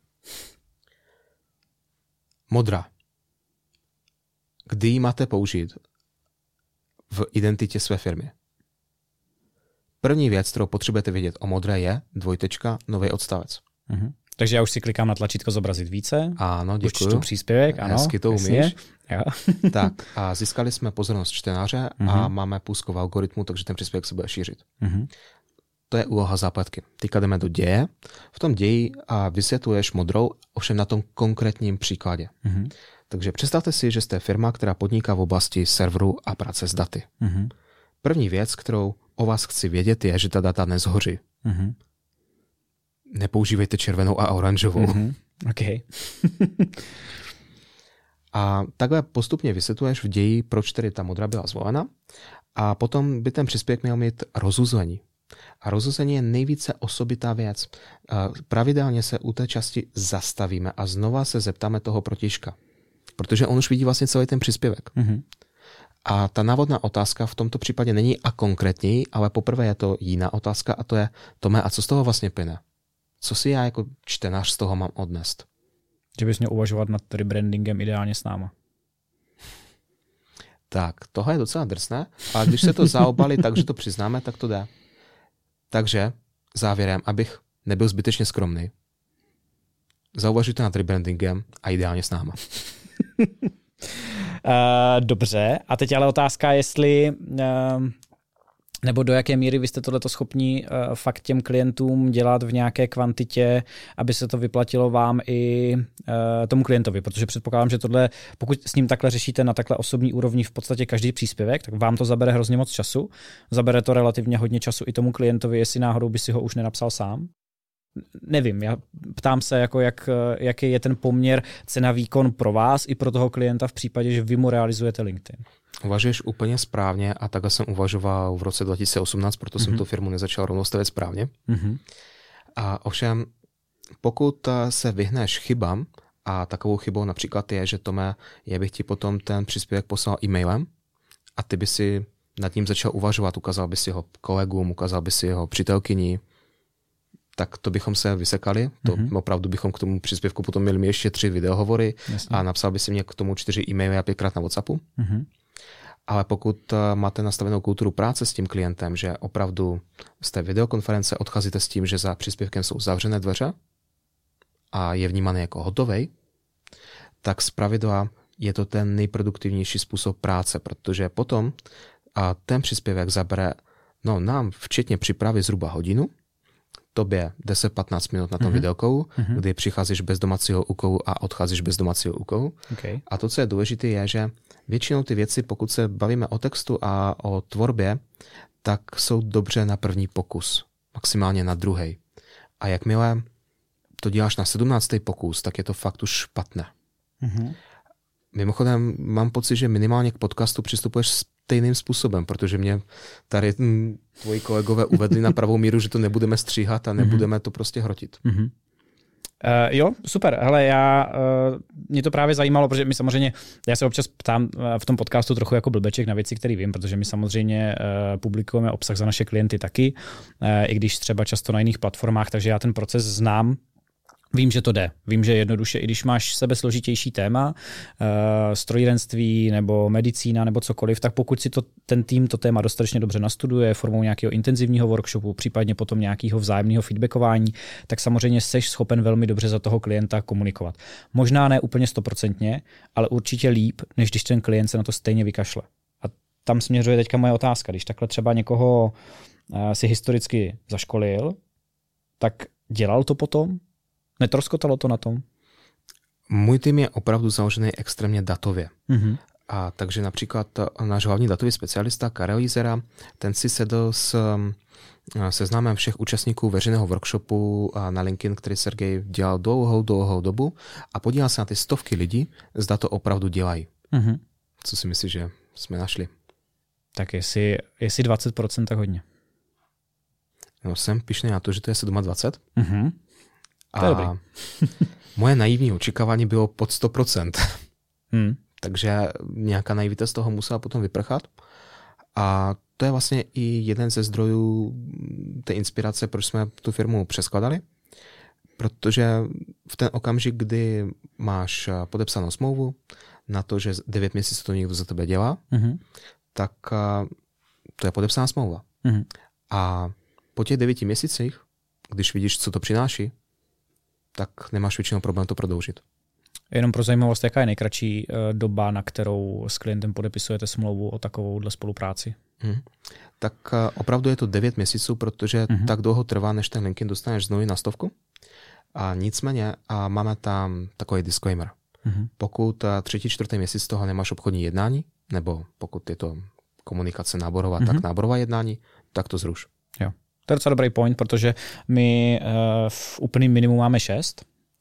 Modrá. Kdy ji máte použít v identitě své firmy? První věc, kterou potřebujete vědět o modré, je dvojtečka, nový odstavec. Uh-huh. Takže já už si klikám na tlačítko zobrazit více. Ano, děkuji. Už čtu příspěvek, ano. Hezky to umíš. Tak a získali jsme pozornost čtenáře uh-huh. a máme půsku v algoritmu, takže ten příspěvek se bude šířit. Uh-huh. To je úloha zápletky. Teďka jdeme do děje. V tom ději a vysvětluješ modrou, ovšem na tom konkrétním příkladě. Uh-huh. Takže představte si, že jste firma, která podniká v oblasti serveru a práce s daty. Uh-huh. První věc, kterou o vás chci vědět, je, že ta data nezhoří. Uh-huh. Nepoužívejte červenou a oranžovou. Uh-huh. Okay. A takhle postupně vysvětluješ v ději, proč tedy ta modrá byla zvolena. A potom by ten příspěvek měl mít rozuzlení. A rozuzlení je nejvíce osobitá věc. Pravidelně se u té části zastavíme a znova se zeptáme toho protižka. Protože on už vidí vlastně celý ten příspěvek. Uh-huh. A ta návodná otázka v tomto případě není a konkrétní, ale poprvé je to jiná otázka a to je: Tome, a co z toho vlastně plyne? Co si já jako čtenář z toho mám odnést? Že bys měl uvažovat nad rebrandingem ideálně s náma. Tak, tohle je docela drsné, ale když se to zaobalí tak, že to přiznáme, tak to jde. Takže závěrem, abych nebyl zbytečně skromný, zauvažujte nad rebrandingem a ideálně s náma. Uh, dobře, a teď ale otázka, jestli uh, nebo do jaké míry vy jste tohleto schopni uh, fakt těm klientům dělat v nějaké kvantitě, aby se to vyplatilo vám i uh, tomu klientovi, protože předpokládám, že tohle, pokud s ním takhle řešíte na takhle osobní úrovni v podstatě každý příspěvek, tak vám to zabere hrozně moc času, zabere to relativně hodně času i tomu klientovi, jestli náhodou by si ho už nenapsal sám. Nevím, já ptám se, jako jak, jaký je ten poměr cena-výkon pro vás i pro toho klienta v případě, že vy mu realizujete LinkedIn. Uvažuješ úplně správně a takhle jsem uvažoval v roce dva tisíce osmnáct, proto mm-hmm. jsem tu firmu nezačal rovnou stavět správně. Mm-hmm. A ovšem, pokud se vyhneš chybám, a takovou chybou například je, že Tome, já bych ti potom ten příspěvek poslal e-mailem a ty by si nad ním začal uvažovat, ukázal by si ho kolegům, ukázal by si jeho přítelkyni, tak to bychom se vysekali. To mm-hmm. opravdu bychom k tomu příspěvku potom měli ještě tři videohovory. Jasně. A napsal by si mě k tomu čtyři e-maily a pětkrát na WhatsAppu. Mm-hmm. Ale pokud máte nastavenou kulturu práce s tím klientem, že opravdu z té videokonference odcházíte s tím, že za příspěvkem jsou zavřené dveře a je vnímaný jako hotovej, tak zpravidla je to ten nejproduktivnější způsob práce, protože potom a ten příspěvek zabere no, nám včetně přípravy zhruba hodinu, tobě deset patnáct minut na tom mm-hmm. videokou, mm-hmm. kdy přicházíš bez domácího úkolu a odcházíš bez domácího úkolu. Okay. A to, co je důležité, je, že většinou ty věci, pokud se bavíme o textu a o tvorbě, tak jsou dobře na první pokus, maximálně na druhý. A jakmile to děláš na sedmnáctý pokus, tak je to fakt už špatné. Mm-hmm. Mimochodem, mám pocit, že minimálně k podcastu přistupuješ stejným způsobem, protože mě tady hm, tvoji kolegové uvedli na pravou míru, že to nebudeme stříhat a nebudeme to prostě hrotit. Mm-hmm. Uh, jo, super. Hele, já, uh, mě to právě zajímalo, protože my samozřejmě, já se občas ptám uh, v tom podcastu trochu jako blbeček na věci, které vím, protože my samozřejmě uh, publikujeme obsah za naše klienty taky, uh, i když třeba často na jiných platformách, takže já ten proces znám. Vím, že to jde. Vím, že jednoduše, i když máš sebe složitější téma, uh, strojírenství nebo medicína nebo cokoliv, tak pokud si to, ten tým to téma dostatečně dobře nastuduje formou nějakého intenzivního workshopu, případně potom nějakého vzájemného feedbackování, tak samozřejmě seš schopen velmi dobře za toho klienta komunikovat. Možná ne úplně stoprocentně, ale určitě líp, než když ten klient se na to stejně vykašle. A tam směřuje teďka moje otázka. Když takhle třeba někoho uh, si historicky zaškolil, tak dělal to potom? Netroskotalo to na tom? Můj tým je opravdu založený extrémně datově. Mm-hmm. A takže například náš hlavní datový specialista Karel Jizera, ten si sedl s seznámem všech účastníků veřejného workshopu na LinkedIn, který Sergej dělal dlouhou, dlouhou dobu a podíval se na ty stovky lidí, zda to opravdu dělají. Mm-hmm. Co si myslíš, že jsme našli? Tak jestli, jestli dvacet procent, tak hodně. No, jsem pyšný na to, že to je dvacet sedm. Mm-hmm. To je dobrý. Moje naivní očekávání bylo pod sto procent. Hmm. Takže nějaká naivita z toho musela potom vyprchat. A to je vlastně i jeden ze zdrojů té inspirace, proč jsme tu firmu přeskladali. Protože v ten okamžik, kdy máš podepsanou smlouvu na to, že devět měsíců to někdo za tebe dělá, mm-hmm. tak to je podepsaná smlouva. Mm-hmm. A po těch devěti měsících, když vidíš, co to přináší, tak nemáš většinou problém to prodloužit. Jenom pro zajímavost, jaká je nejkratší doba, na kterou s klientem podepisujete smlouvu o takovouhle spolupráci? Hmm. Tak opravdu je to devět měsíců, protože hmm. tak dlouho trvá, než ten LinkedIn dostaneš znovu na stovku. A nicméně a máme tam takový disclaimer. Hmm. Pokud třetí, čtvrtý měsíc toho nemáš obchodní jednání, nebo pokud je to komunikace náborová, hmm. tak náborová jednání, tak to zruš. Jo. To je docela dobrý point, protože my uh, v úplném minimu máme šest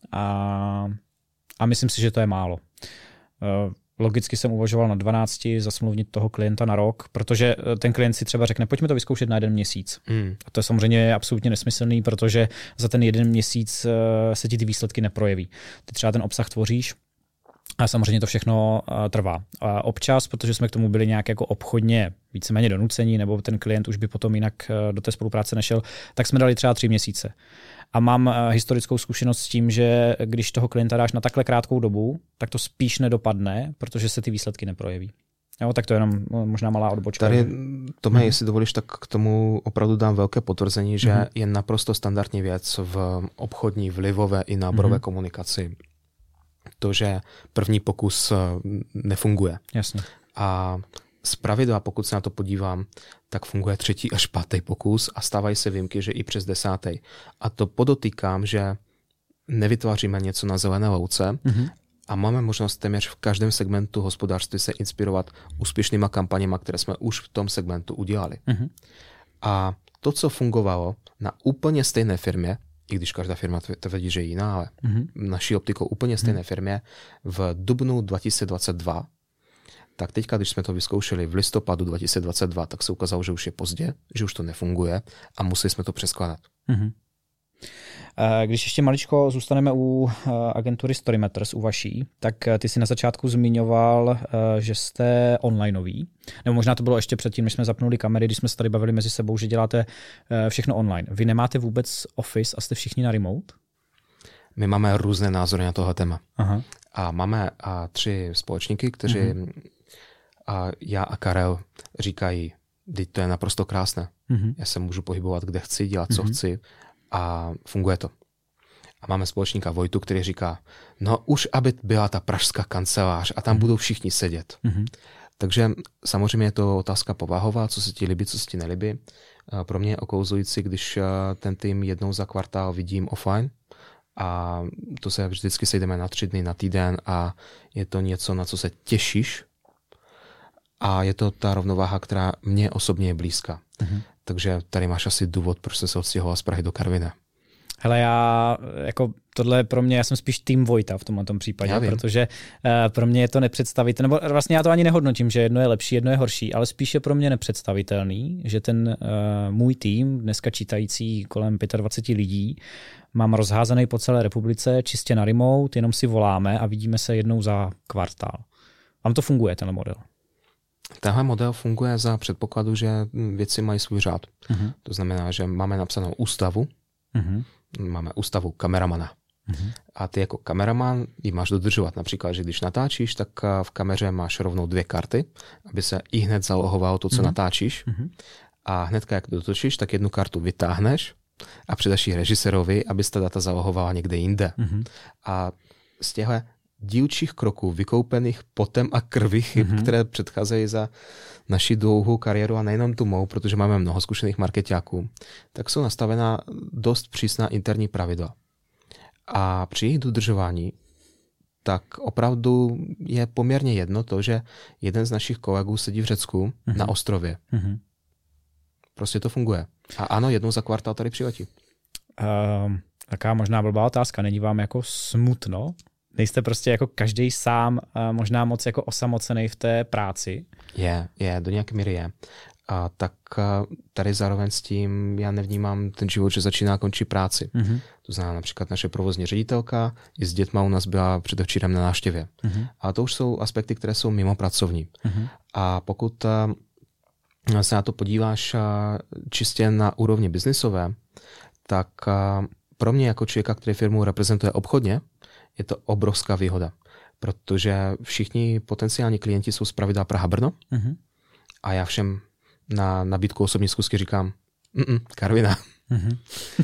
a, a myslím si, že to je málo. Uh, logicky jsem uvažoval na dvanácti zasmluvnit toho klienta na rok, protože ten klient si třeba řekne, pojďme to vyzkoušet na jeden měsíc. Mm. A to je samozřejmě absolutně nesmyslný, protože za ten jeden měsíc uh, se ti ty výsledky neprojeví. Ty třeba ten obsah tvoříš, a samozřejmě to všechno uh, trvá. A občas, protože jsme k tomu byli nějak jako obchodně víceméně donucení, nebo ten klient už by potom jinak uh, do té spolupráce nešel, tak jsme dali třeba tři měsíce. A mám uh, historickou zkušenost s tím, že když toho klienta dáš na takhle krátkou dobu, tak to spíš nedopadne, protože se ty výsledky neprojeví. Jo, tak to je jenom možná malá odbočka. Tady, Tome, hmm. jestli dovolíš, tak k tomu opravdu dám velké potvrzení, že hmm. je naprosto standardní věc v obchodní, vlivové i náborové hmm. komunikaci. To, že první pokus nefunguje. Jasně. A zpravidla, pokud se na to podívám, tak funguje třetí až pátý pokus a stávají se výjimky, že i přes desátý. A to podotýkám, že nevytváříme něco na zelené louce mm-hmm. a máme možnost téměř v každém segmentu hospodářství se inspirovat úspěšnýma kampaněma, které jsme už v tom segmentu udělali. Mm-hmm. A to, co fungovalo na úplně stejné firmě, i když každá firma tvrdí, že je jiná, ale mm-hmm. naší optikou úplně stejné mm-hmm. firmě v dubnu dva tisíce dvacet dva, tak teďka, když jsme to vyzkoušeli v listopadu dva tisíce dvacet dva, tak se ukázalo, že už je pozdě, že už to nefunguje a museli jsme to přeskládat. Mm-hmm. Když ještě maličko zůstaneme u agentury Storymatters, u vaší, tak ty si na začátku zmiňoval, že jste onlineový. Nebo možná to bylo ještě předtím, než jsme zapnuli kamery, když jsme se tady bavili mezi sebou, že děláte všechno online. Vy nemáte vůbec office a jste všichni na remote? My máme různé názory na tohle téma. Aha. A máme a tři společníky, kteří uh-huh. a já a Karel říkají, že to je naprosto krásné. Uh-huh. Já se můžu pohybovat, kde chci, dělat, co uh-huh. chci. A funguje to. A máme společníka Vojtu, který říká, no už aby byla ta pražská kancelář a tam mm. budou všichni sedět. Mm-hmm. Takže samozřejmě je to otázka povahová, co se ti líbí, co se ti nelíbí. Pro mě je okouzlující, když ten tým jednou za kvartál vidím offline a to se vždycky sejdeme na tři dny, na týden a je to něco, na co se těšíš a je to ta rovnováha, která mě osobně je blízká. Mm-hmm. Takže tady máš asi důvod, proč jsi se odstěhoval z Prahy do Karviné. Hele, já, jako tohle pro mě, já jsem spíš tým Vojta v tomhle tom případě, protože uh, pro mě je to nepředstavitelné, nebo vlastně já to ani nehodnotím, že jedno je lepší, jedno je horší, ale spíš je pro mě nepředstavitelný, že ten uh, můj tým, dneska čítající kolem dvacet pět lidí, mám rozházený po celé republice, čistě na remote, jenom si voláme a vidíme se jednou za kvartál. Vám to funguje, tenhle model? Tenhle model funguje za předpokladu, že věci mají svůj řád. Uh-huh. To znamená, že máme napsanou ústavu, uh-huh. máme ústavu kameramana, Mm-hmm. A ty jako kameraman ji máš dodržovat. Například, že když natáčíš, tak v kameře máš rovnou dvě karty, aby se i hned zalohovalo to, co mm-hmm. natáčíš. Mm-hmm. A hnedka, jak dotočíš, tak jednu kartu vytáhneš a předáš ji režisérovi, aby se ta data zalohovala někde jinde. Mm-hmm. A z těchto dílčích kroků, vykoupených potem a krví chyb, mm-hmm. které předcházejí za naši dlouhou kariéru a nejenom tu mou, protože máme mnoho zkušených markeťáků, tak jsou nastavená dost přísná interní pravidla. A při jejich dodržování tak opravdu je poměrně jedno to, že jeden z našich kolegů sedí v Řecku mm-hmm. na ostrově. Mm-hmm. Prostě to funguje. A ano, jednou za kvartál tady přiletí. Um, taká možná blbá otázka. Není vám jako smutno? Nejste prostě jako každý sám, možná moc jako osamocený v té práci? Je, je, do nějaké míry je. A tak tady zároveň s tím já nevnímám ten život, že začíná a končí práci. Mm-hmm. To znamená například naše provozní ředitelka i s dětma u nás byla předevčírem na návštěvě. Mm-hmm. A to už jsou aspekty, které jsou mimo pracovní. Mm-hmm. A pokud se na to podíváš čistě na úrovni biznisové, tak pro mě jako člověka, který firmu reprezentuje obchodně, je to obrovská výhoda, protože všichni potenciální klienti jsou zpravidla Praha Brno mm-hmm. a já všem na nabídku osobní zkusky říkám Karviná. Mm-hmm.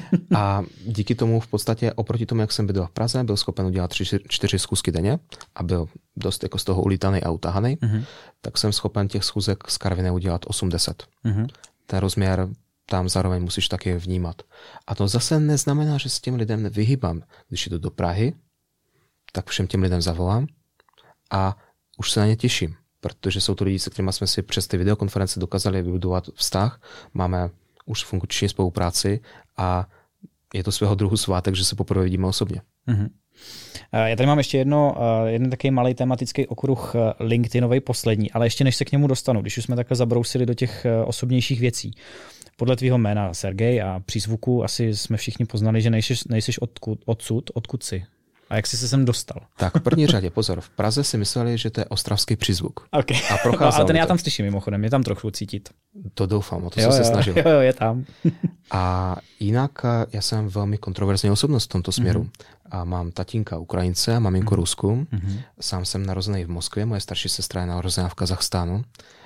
A díky tomu v podstatě oproti tomu, jak jsem bydlel v Praze, byl schopen udělat tři, čtyři zkusky denně a byl dost jako z toho ulítaný a utahaný, mm-hmm. tak jsem schopen těch schůzek z Karviné udělat osm deset. Mm-hmm. Ten rozměr tam zároveň musíš taky vnímat. A to zase neznamená, že s těm lidem nevyhýbám. Když jdu do Prahy, tak všem těm lidem zavolám a už se na ně těším, protože jsou to lidi, se kterými jsme si přes ty videokonference dokázali vybudovat vztah, máme už funkční spolupráci a je to svého druhu svátek, že se poprvé vidíme osobně. Mm-hmm. Já tady mám ještě jedno, jeden takový malý tematický okruh LinkedInovej poslední, ale ještě než se k němu dostanu, když už jsme takhle zabrousili do těch osobnějších věcí. Podle tvýho jména Sergej a přízvuku asi jsme všichni poznali, že nejsiš, nejsiš odkud, odsud, odkud jsi. A jak jsi se sem dostal? Tak v první řadě, pozor, v Praze si mysleli, že to je ostravský přízvuk. Okay. A procházel no, ale ten já tam slyším mimochodem, je tam trochu cítit. To doufám, o to jo, jsem jo, se snažil. Jo, jo, je tam. A jinak já jsem velmi kontroverzní osobnost v tomto směru. Mm-hmm. A mám tatínka Ukrajince a maminko mm-hmm. Rusku. Mm-hmm. Sám jsem narozený v Moskvě, moje starší sestra je narozená v Kazachstánu.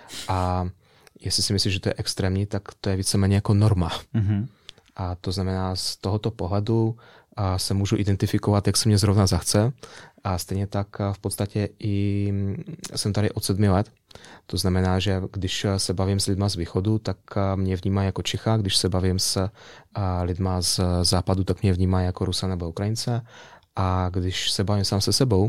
A jestli si myslíš, že to je extrémní, tak to je víceméně jako norma. Mm-hmm. A to znamená, z tohoto pohledu a se můžu identifikovat, jak se mě zrovna zachce. A stejně tak v podstatě i jsem tady od sedmi let. To znamená, že když se bavím s lidma z východu, tak mě vnímá jako Čecha. Když se bavím s lidma z západu, tak mě vnímá jako Rusa nebo Ukrajince. A když se bavím sám se sebou,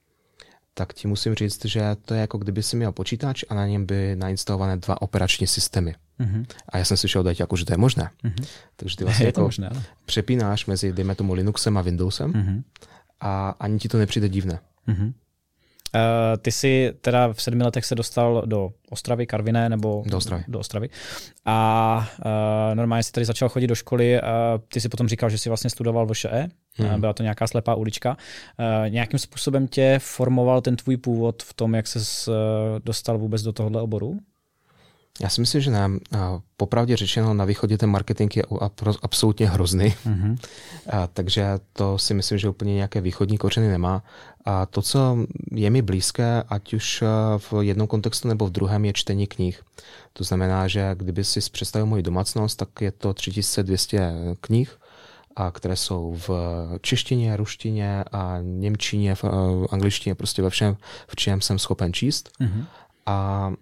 tak ti musím říct, že to je jako kdyby si měl počítač a na něm by nainstalované dva operační systémy. Mm-hmm. A já jsem slyšel teď, jako, že to je možné. Mm-hmm. Takže ty vlastně jako možné, přepínáš mezi, dejme tomu, Linuxem a Windowsem mm-hmm. a ani ti to nepřijde divné. Mm-hmm. Uh, ty jsi teda v sedmi letech se dostal do Ostravy, Karviné nebo do Ostravy. Do Ostravy. A uh, normálně jsi tady začal chodit do školy. Uh, ty si potom říkal, že jsi vlastně studoval V Š E. Hmm. Byla to nějaká slepá ulička. Uh, nějakým způsobem tě formoval ten tvůj původ v tom, jak ses uh, dostal vůbec do tohohle oboru? Já si myslím, že ne. Popravdě řečeno, na východě ten marketing je absolutně hrozný. Mm-hmm. A, takže to si myslím, že úplně nějaké východní kořeny nemá. A to, co je mi blízké, ať už v jednom kontextu nebo v druhém, je čtení knih. To znamená, že kdyby si představil moji domácnost, tak je to tři tisíce dvě stě knih, a které jsou v češtině, ruštině a němčině, v angličtině, prostě ve všem, v čem jsem schopen číst. Mm-hmm. A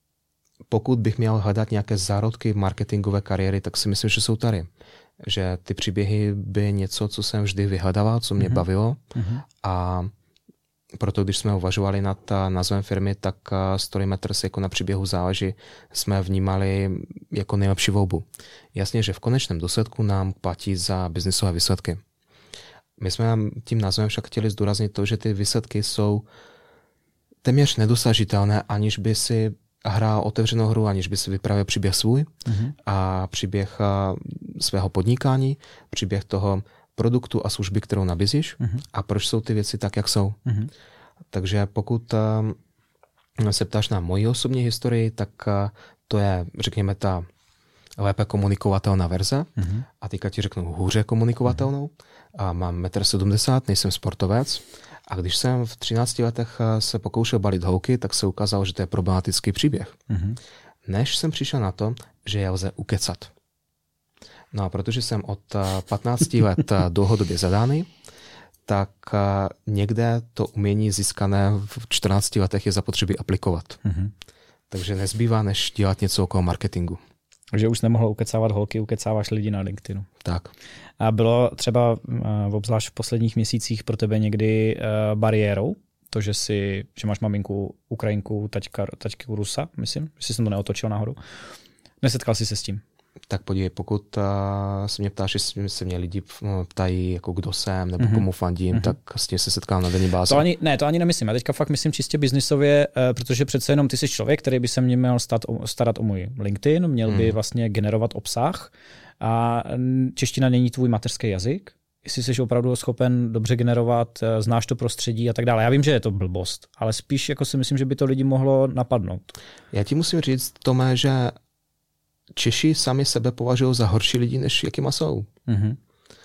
pokud bych měl hledat nějaké zárodky marketingové kariéry, tak si myslím, že jsou tady. Že ty příběhy by něco, co jsem vždy vyhledával, co mě mm-hmm. bavilo. Mm-hmm. A proto, když jsme uvažovali nad názvem firmy, tak Storymatters jako na příběhu záleží jsme vnímali jako nejlepší volbu. Jasně, že v konečném důsledku nám platí za biznisové výsledky. My jsme tím názvem však chtěli zdůraznit to, že ty výsledky jsou téměř nedosažitelné, aniž by si hrál otevřenou hru, aniž by si vyprávěl příběh svůj mm-hmm. a příběh svého podnikání, příběh toho produktu a služby, kterou nabízíš mm-hmm. a proč jsou ty věci tak, jak jsou. Mm-hmm. Takže pokud se ptáš na moji osobní historii, tak to je, řekněme, ta lépe komunikovatelná verze uh-huh. a teďka ti řeknu hůře komunikovatelnou. A mám metr sedmdesát, nejsem sportovec. A když jsem v třinácti letech se pokoušel balit holky, tak se ukázalo, že to je problematický příběh. Uh-huh. Než jsem přišel na to, že je lze ukecat. No a protože jsem od patnácti let dlouhodobě zadaný, tak někde to umění získané v čtrnácti letech je zapotřebí aplikovat. Uh-huh. Takže nezbývá, než dělat něco okolo marketingu. Takže už nemohlo ukecávat holky, ukecáváš lidi na LinkedInu. Tak. A bylo třeba, obzvlášť v posledních měsících, pro tebe někdy bariérou, to, že, si, že máš maminku Ukrajinku, taťka, taťku Rusa, myslím, že jsi to neotočil náhodou. Nesetkal jsi se s tím? Tak podívej, pokud uh, se mě ptáš, jestli se mě lidi ptají, jako kdo jsem, nebo mm-hmm. komu fandím, mm-hmm. tak s tím se setkám na denní bázi. To ani, ne, to ani nemyslím. Já teďka fakt myslím čistě biznisově, uh, protože přece jenom ty jsi člověk, který by se mě měl stát, starat o můj LinkedIn, měl by mm. vlastně generovat obsah a čeština není tvůj mateřský jazyk. Jestli jsi opravdu schopen dobře generovat, znáš to prostředí a tak dále. Já vím, že je to blbost, ale spíš jako si myslím, že by to lidi mohlo napadnout. Já ti musím říct, Tome, že Češi sami sebe považují za horší lidi, než jakýma jsou. Mm-hmm.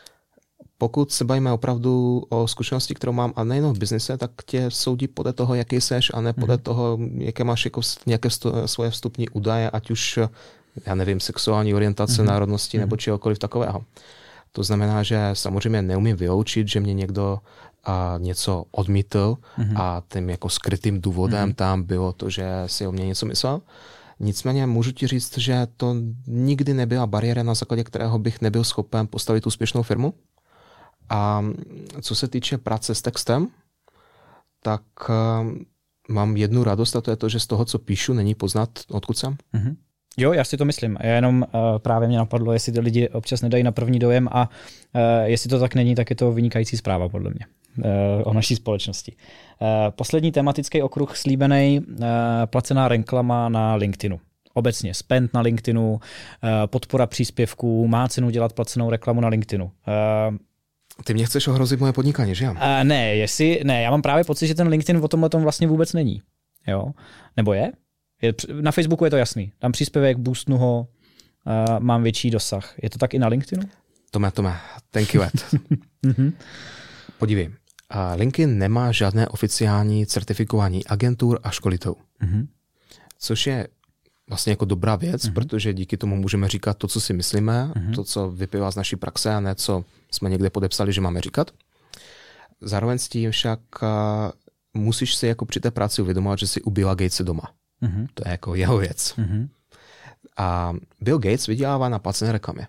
Pokud se bavíme opravdu o zkušenosti, kterou mám, a nejen v biznise, tak tě soudí podle toho, jaký seš, a ne podle mm-hmm. toho, jaké máš jako nějaké vstup, svoje vstupní údaje, ať už, já nevím, sexuální orientace, mm-hmm. národnosti mm-hmm. nebo čehokoliv takového. To znamená, že samozřejmě neumím vyloučit, že mě někdo a, něco odmítl mm-hmm. a tím jako skrytým důvodem mm-hmm. tam bylo to, že si o mě něco myslel. Nicméně můžu ti říct, že to nikdy nebyla bariéra, na základě kterého bych nebyl schopen postavit úspěšnou firmu. A co se týče práce s textem, tak uh, mám jednu radost, a to je to, že z toho, co píšu, není poznat, odkud jsem. Mm-hmm. Jo, já si to myslím. Já jenom uh, právě mě napadlo, jestli ty lidi občas nedají na první dojem a uh, jestli to tak není, tak je to vynikající zpráva podle mě uh, o naší společnosti. Uh, poslední tematický okruh slíbený, uh, placená reklama na LinkedInu. Obecně spend na LinkedInu, uh, podpora příspěvků, má cenu dělat placenou reklamu na LinkedInu. Uh, Ty mě chceš ohrozit moje podnikání, že jo? Uh, ne, jestli, ne, já mám právě pocit, že ten LinkedIn o tomhle tom vlastně vůbec není. Jo? Nebo je? Je, na Facebooku je to jasný. Dám příspěvek, boostnu ho, uh, mám větší dosah. Je to tak i na LinkedInu? Tome, Tome, thank you. Podívej, uh, LinkedIn nemá žádné oficiální certifikování agentur a školitelů. Uh-huh. Což je vlastně jako dobrá věc, uh-huh. protože díky tomu můžeme říkat to, co si myslíme, uh-huh. to, co vyplývá z naší praxe, a ne co jsme někde podepsali, že máme říkat. Zároveň s tím však uh, musíš si jako při té práci uvědomovat, že si u Billa Gatese doma. Mm-hmm. To je jako jeho věc. Mm-hmm. A Bill Gates vydělává na placené reklamě.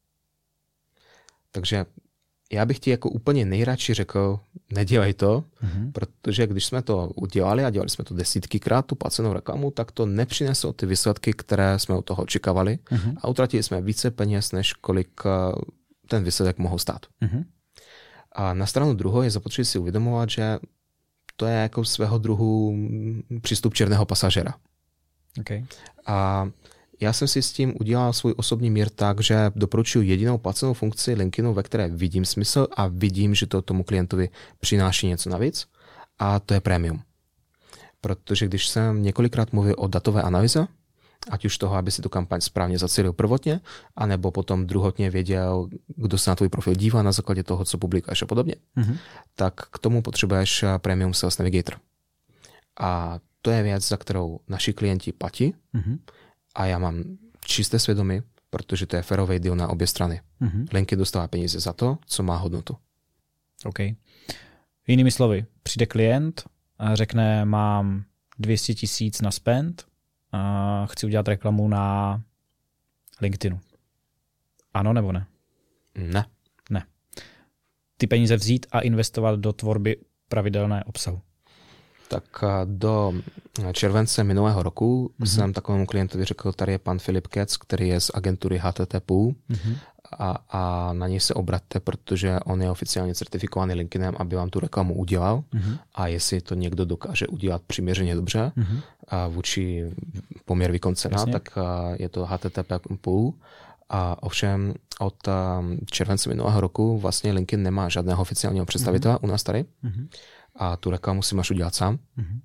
Takže já bych ti jako úplně nejradši řekl, nedělej to, mm-hmm. protože když jsme to udělali a dělali jsme to desítkykrát, tu placenou reklamu, tak to nepřineslo ty výsledky, které jsme od toho očekávali mm-hmm. a utratili jsme více peněz, než kolik ten výsledek mohl stát. Mm-hmm. A na stranu druhou je zapotřebí si uvědomovat, že to je jako svého druhu přístup černého pasažera. Okay. A já jsem si s tím udělal svůj osobní mír tak, že doporučuji jedinou placenou funkci LinkedInu, ve které vidím smysl a vidím, že to tomu klientovi přináší něco navíc, a to je premium. Protože když jsem několikrát mluvil o datové analýze, ať už toho, aby si tu kampaň správně zacílil prvotně, anebo potom druhotně věděl, kdo se na tvůj profil dívá na základě toho, co publikuješ a podobně, mm-hmm. tak k tomu potřebuješ Premium Sales Navigator. A to je věc, za kterou naši klienti platí mm-hmm. a já mám čisté svědomí, protože to je férový deal na obě strany. Mm-hmm. LinkedIn dostává peníze za to, co má hodnotu. OK. Jinými slovy, přijde klient a řekne, mám dvě stě tisíc na spend, a chci udělat reklamu na LinkedInu. Ano nebo ne? Ne. Ne. Ty peníze vzít a investovat do tvorby pravidelné obsahu. Tak do července minulého roku mm-hmm. jsem takovému klientovi řekl, tady je pan Filip Kec, který je z agentury H T T P U mm-hmm. a, a na něj se obraťte, protože on je oficiálně certifikovaný LinkedInem, aby vám tu reklamu udělal mm-hmm. a jestli to někdo dokáže udělat přiměřeně dobře mm-hmm. a vůči poměr výkon cena, Jasně. tak je to H T T P U. A ovšem od července minulého roku vlastně LinkedIn nemá žádného oficiálního představitele mm-hmm. u nás tady. Mm-hmm. A tu reklamu si máš udělat sám. Mm-hmm.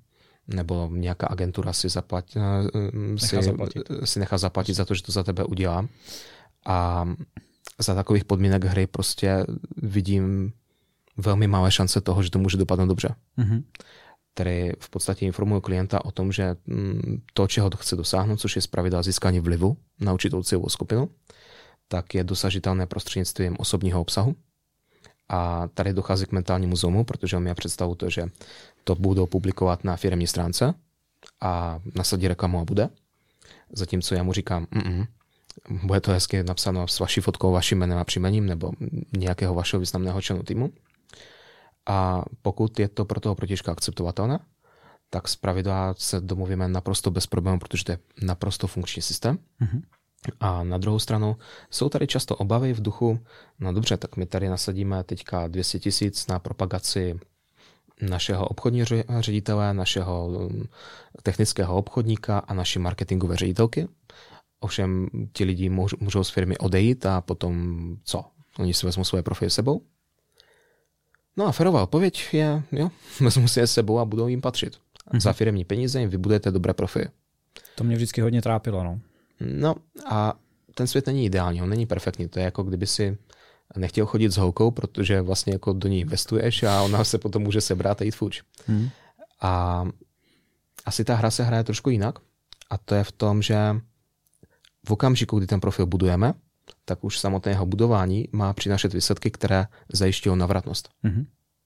nebo nějaká agentura si, zaplatí, si, nechá zaplatit. si nechá zaplatit za to, že to za tebe udělá. A za takových podmínek hry prostě vidím velmi malé šance toho, že to může dopadnout dobře. Mm-hmm. Tedy v podstatě informuji klienta o tom, že to, čeho to chce dosáhnout, což je zpravidla získání vlivu na určitou cílovou skupinu, tak je dosažitelné prostřednictvím osobního obsahu. A tady dochází k mentálnímu zlomu, protože on má představu to, že to budou publikovat na firemní stránce a nasadí reklamu a bude. Zatímco já mu říkám, mm-mm, bude to hezky napsáno s vaší fotkou, vaším jménem a příjmením nebo nějakého vašeho významného členu týmu. A pokud je to pro toho protěžka akceptovatelné, tak zpravidla se domluvíme naprosto bez problémů, protože to je naprosto funkční systém. Mm-hmm. A na druhou stranu jsou tady často obavy v duchu, no dobře, tak my tady nasadíme teďka dvě stě tisíc na propagaci našeho obchodního ředitele, našeho technického obchodníka a naší marketingové ředitelky. Ovšem ti lidi můžou z firmy odejít a potom co? Oni si vezmou svoje profily sebou? No a férová odpověď je, jo, vezmu si je sebou a budou jim patřit. Mm-hmm. Za firemní peníze jim vybudujete dobré profily. To mě vždycky hodně trápilo, no. No a ten svět není ideální, on není perfektní. To je jako kdyby si nechtěl chodit s holkou, protože vlastně jako do ní investuješ a ona se potom může sebrat a jít fuč. Hmm. A asi ta hra se hraje trošku jinak a to je v tom, že v okamžiku, kdy ten profil budujeme, tak už samotné jeho budování má přinášet výsledky, které zajišťují navratnost. Hmm.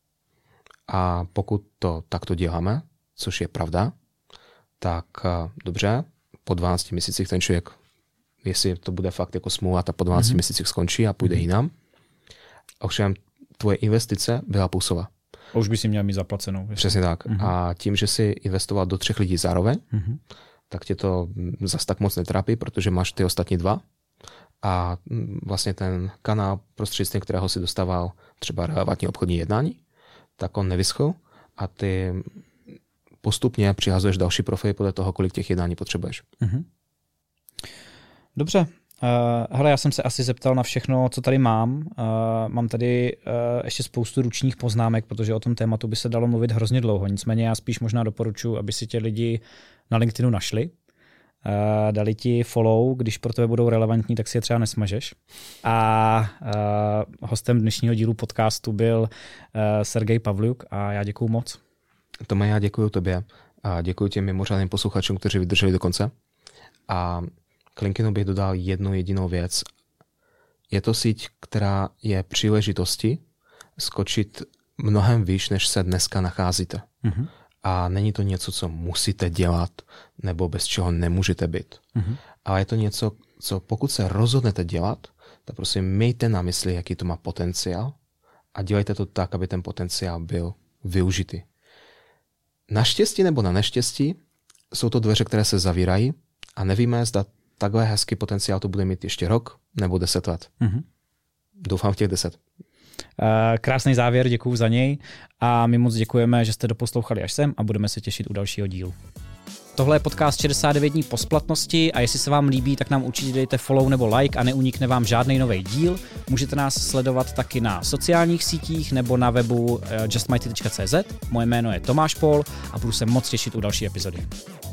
A pokud to takto děláme, což je pravda, tak dobře, po dvanácti měsících ten člověk, jestli to bude fakt jako smůla, tak po dvanácti mm-hmm. měsících skončí a půjde mm-hmm. jinam. Ovšem tvoje investice byla plusová. A už by si měl mít zaplacenou. Jestli. Přesně tak. Mm-hmm. A tím, že si investoval do třech lidí zároveň, mm-hmm. tak tě to zas tak moc netrápí, protože máš ty ostatní dva a vlastně ten kanál, prostřednictvím kterého si dostával třeba relevantní obchodní jednání, tak on nevyschl a ty postupně přihazuješ další profily podle toho, kolik těch jednání potřebuješ. Mm-hmm. Dobře. Uh, hele, já jsem se asi zeptal na všechno, co tady mám. Uh, mám tady uh, ještě spoustu ručních poznámek, protože o tom tématu by se dalo mluvit hrozně dlouho. Nicméně já spíš možná doporučuji, aby si tě lidi na LinkedInu našli. Uh, dali ti follow, když pro tebe budou relevantní, tak si je třeba nesmažeš. A uh, hostem dnešního dílu podcastu byl uh, Sergej Pavliuk a já děkuju moc. Tome, já děkuji tobě a děkuji těm mimořádným posluchačům, kteří vydrželi do konce. A k LinkedInu bych dodal jednu jedinou věc. Je to síť, která je příležitosti skočit mnohem výš, než se dneska nacházíte. Mm-hmm. A není to něco, co musíte dělat, nebo bez čeho nemůžete být. Mm-hmm. Ale je to něco, co pokud se rozhodnete dělat, tak prosím mějte na mysli, jaký to má potenciál a dělejte to tak, aby ten potenciál byl využitý. Naštěstí nebo na neštěstí jsou to dveře, které se zavírají a nevíme, zda takhle hezký potenciál to bude mít ještě rok nebo deset let. Mm-hmm. Doufám v těch deset. Krásný závěr, děkuju za něj a my moc děkujeme, že jste doposlouchali až sem a budeme se těšit u dalšího dílu. Tohle je podcast šedesát devět dní po splatnosti a jestli se vám líbí, tak nám určitě dejte follow nebo like a neunikne vám žádný nový díl. Můžete nás sledovat taky na sociálních sítích nebo na webu just mighty tečka cé zet. Moje jméno je Tomáš Pol a budu se moc těšit u další epizody.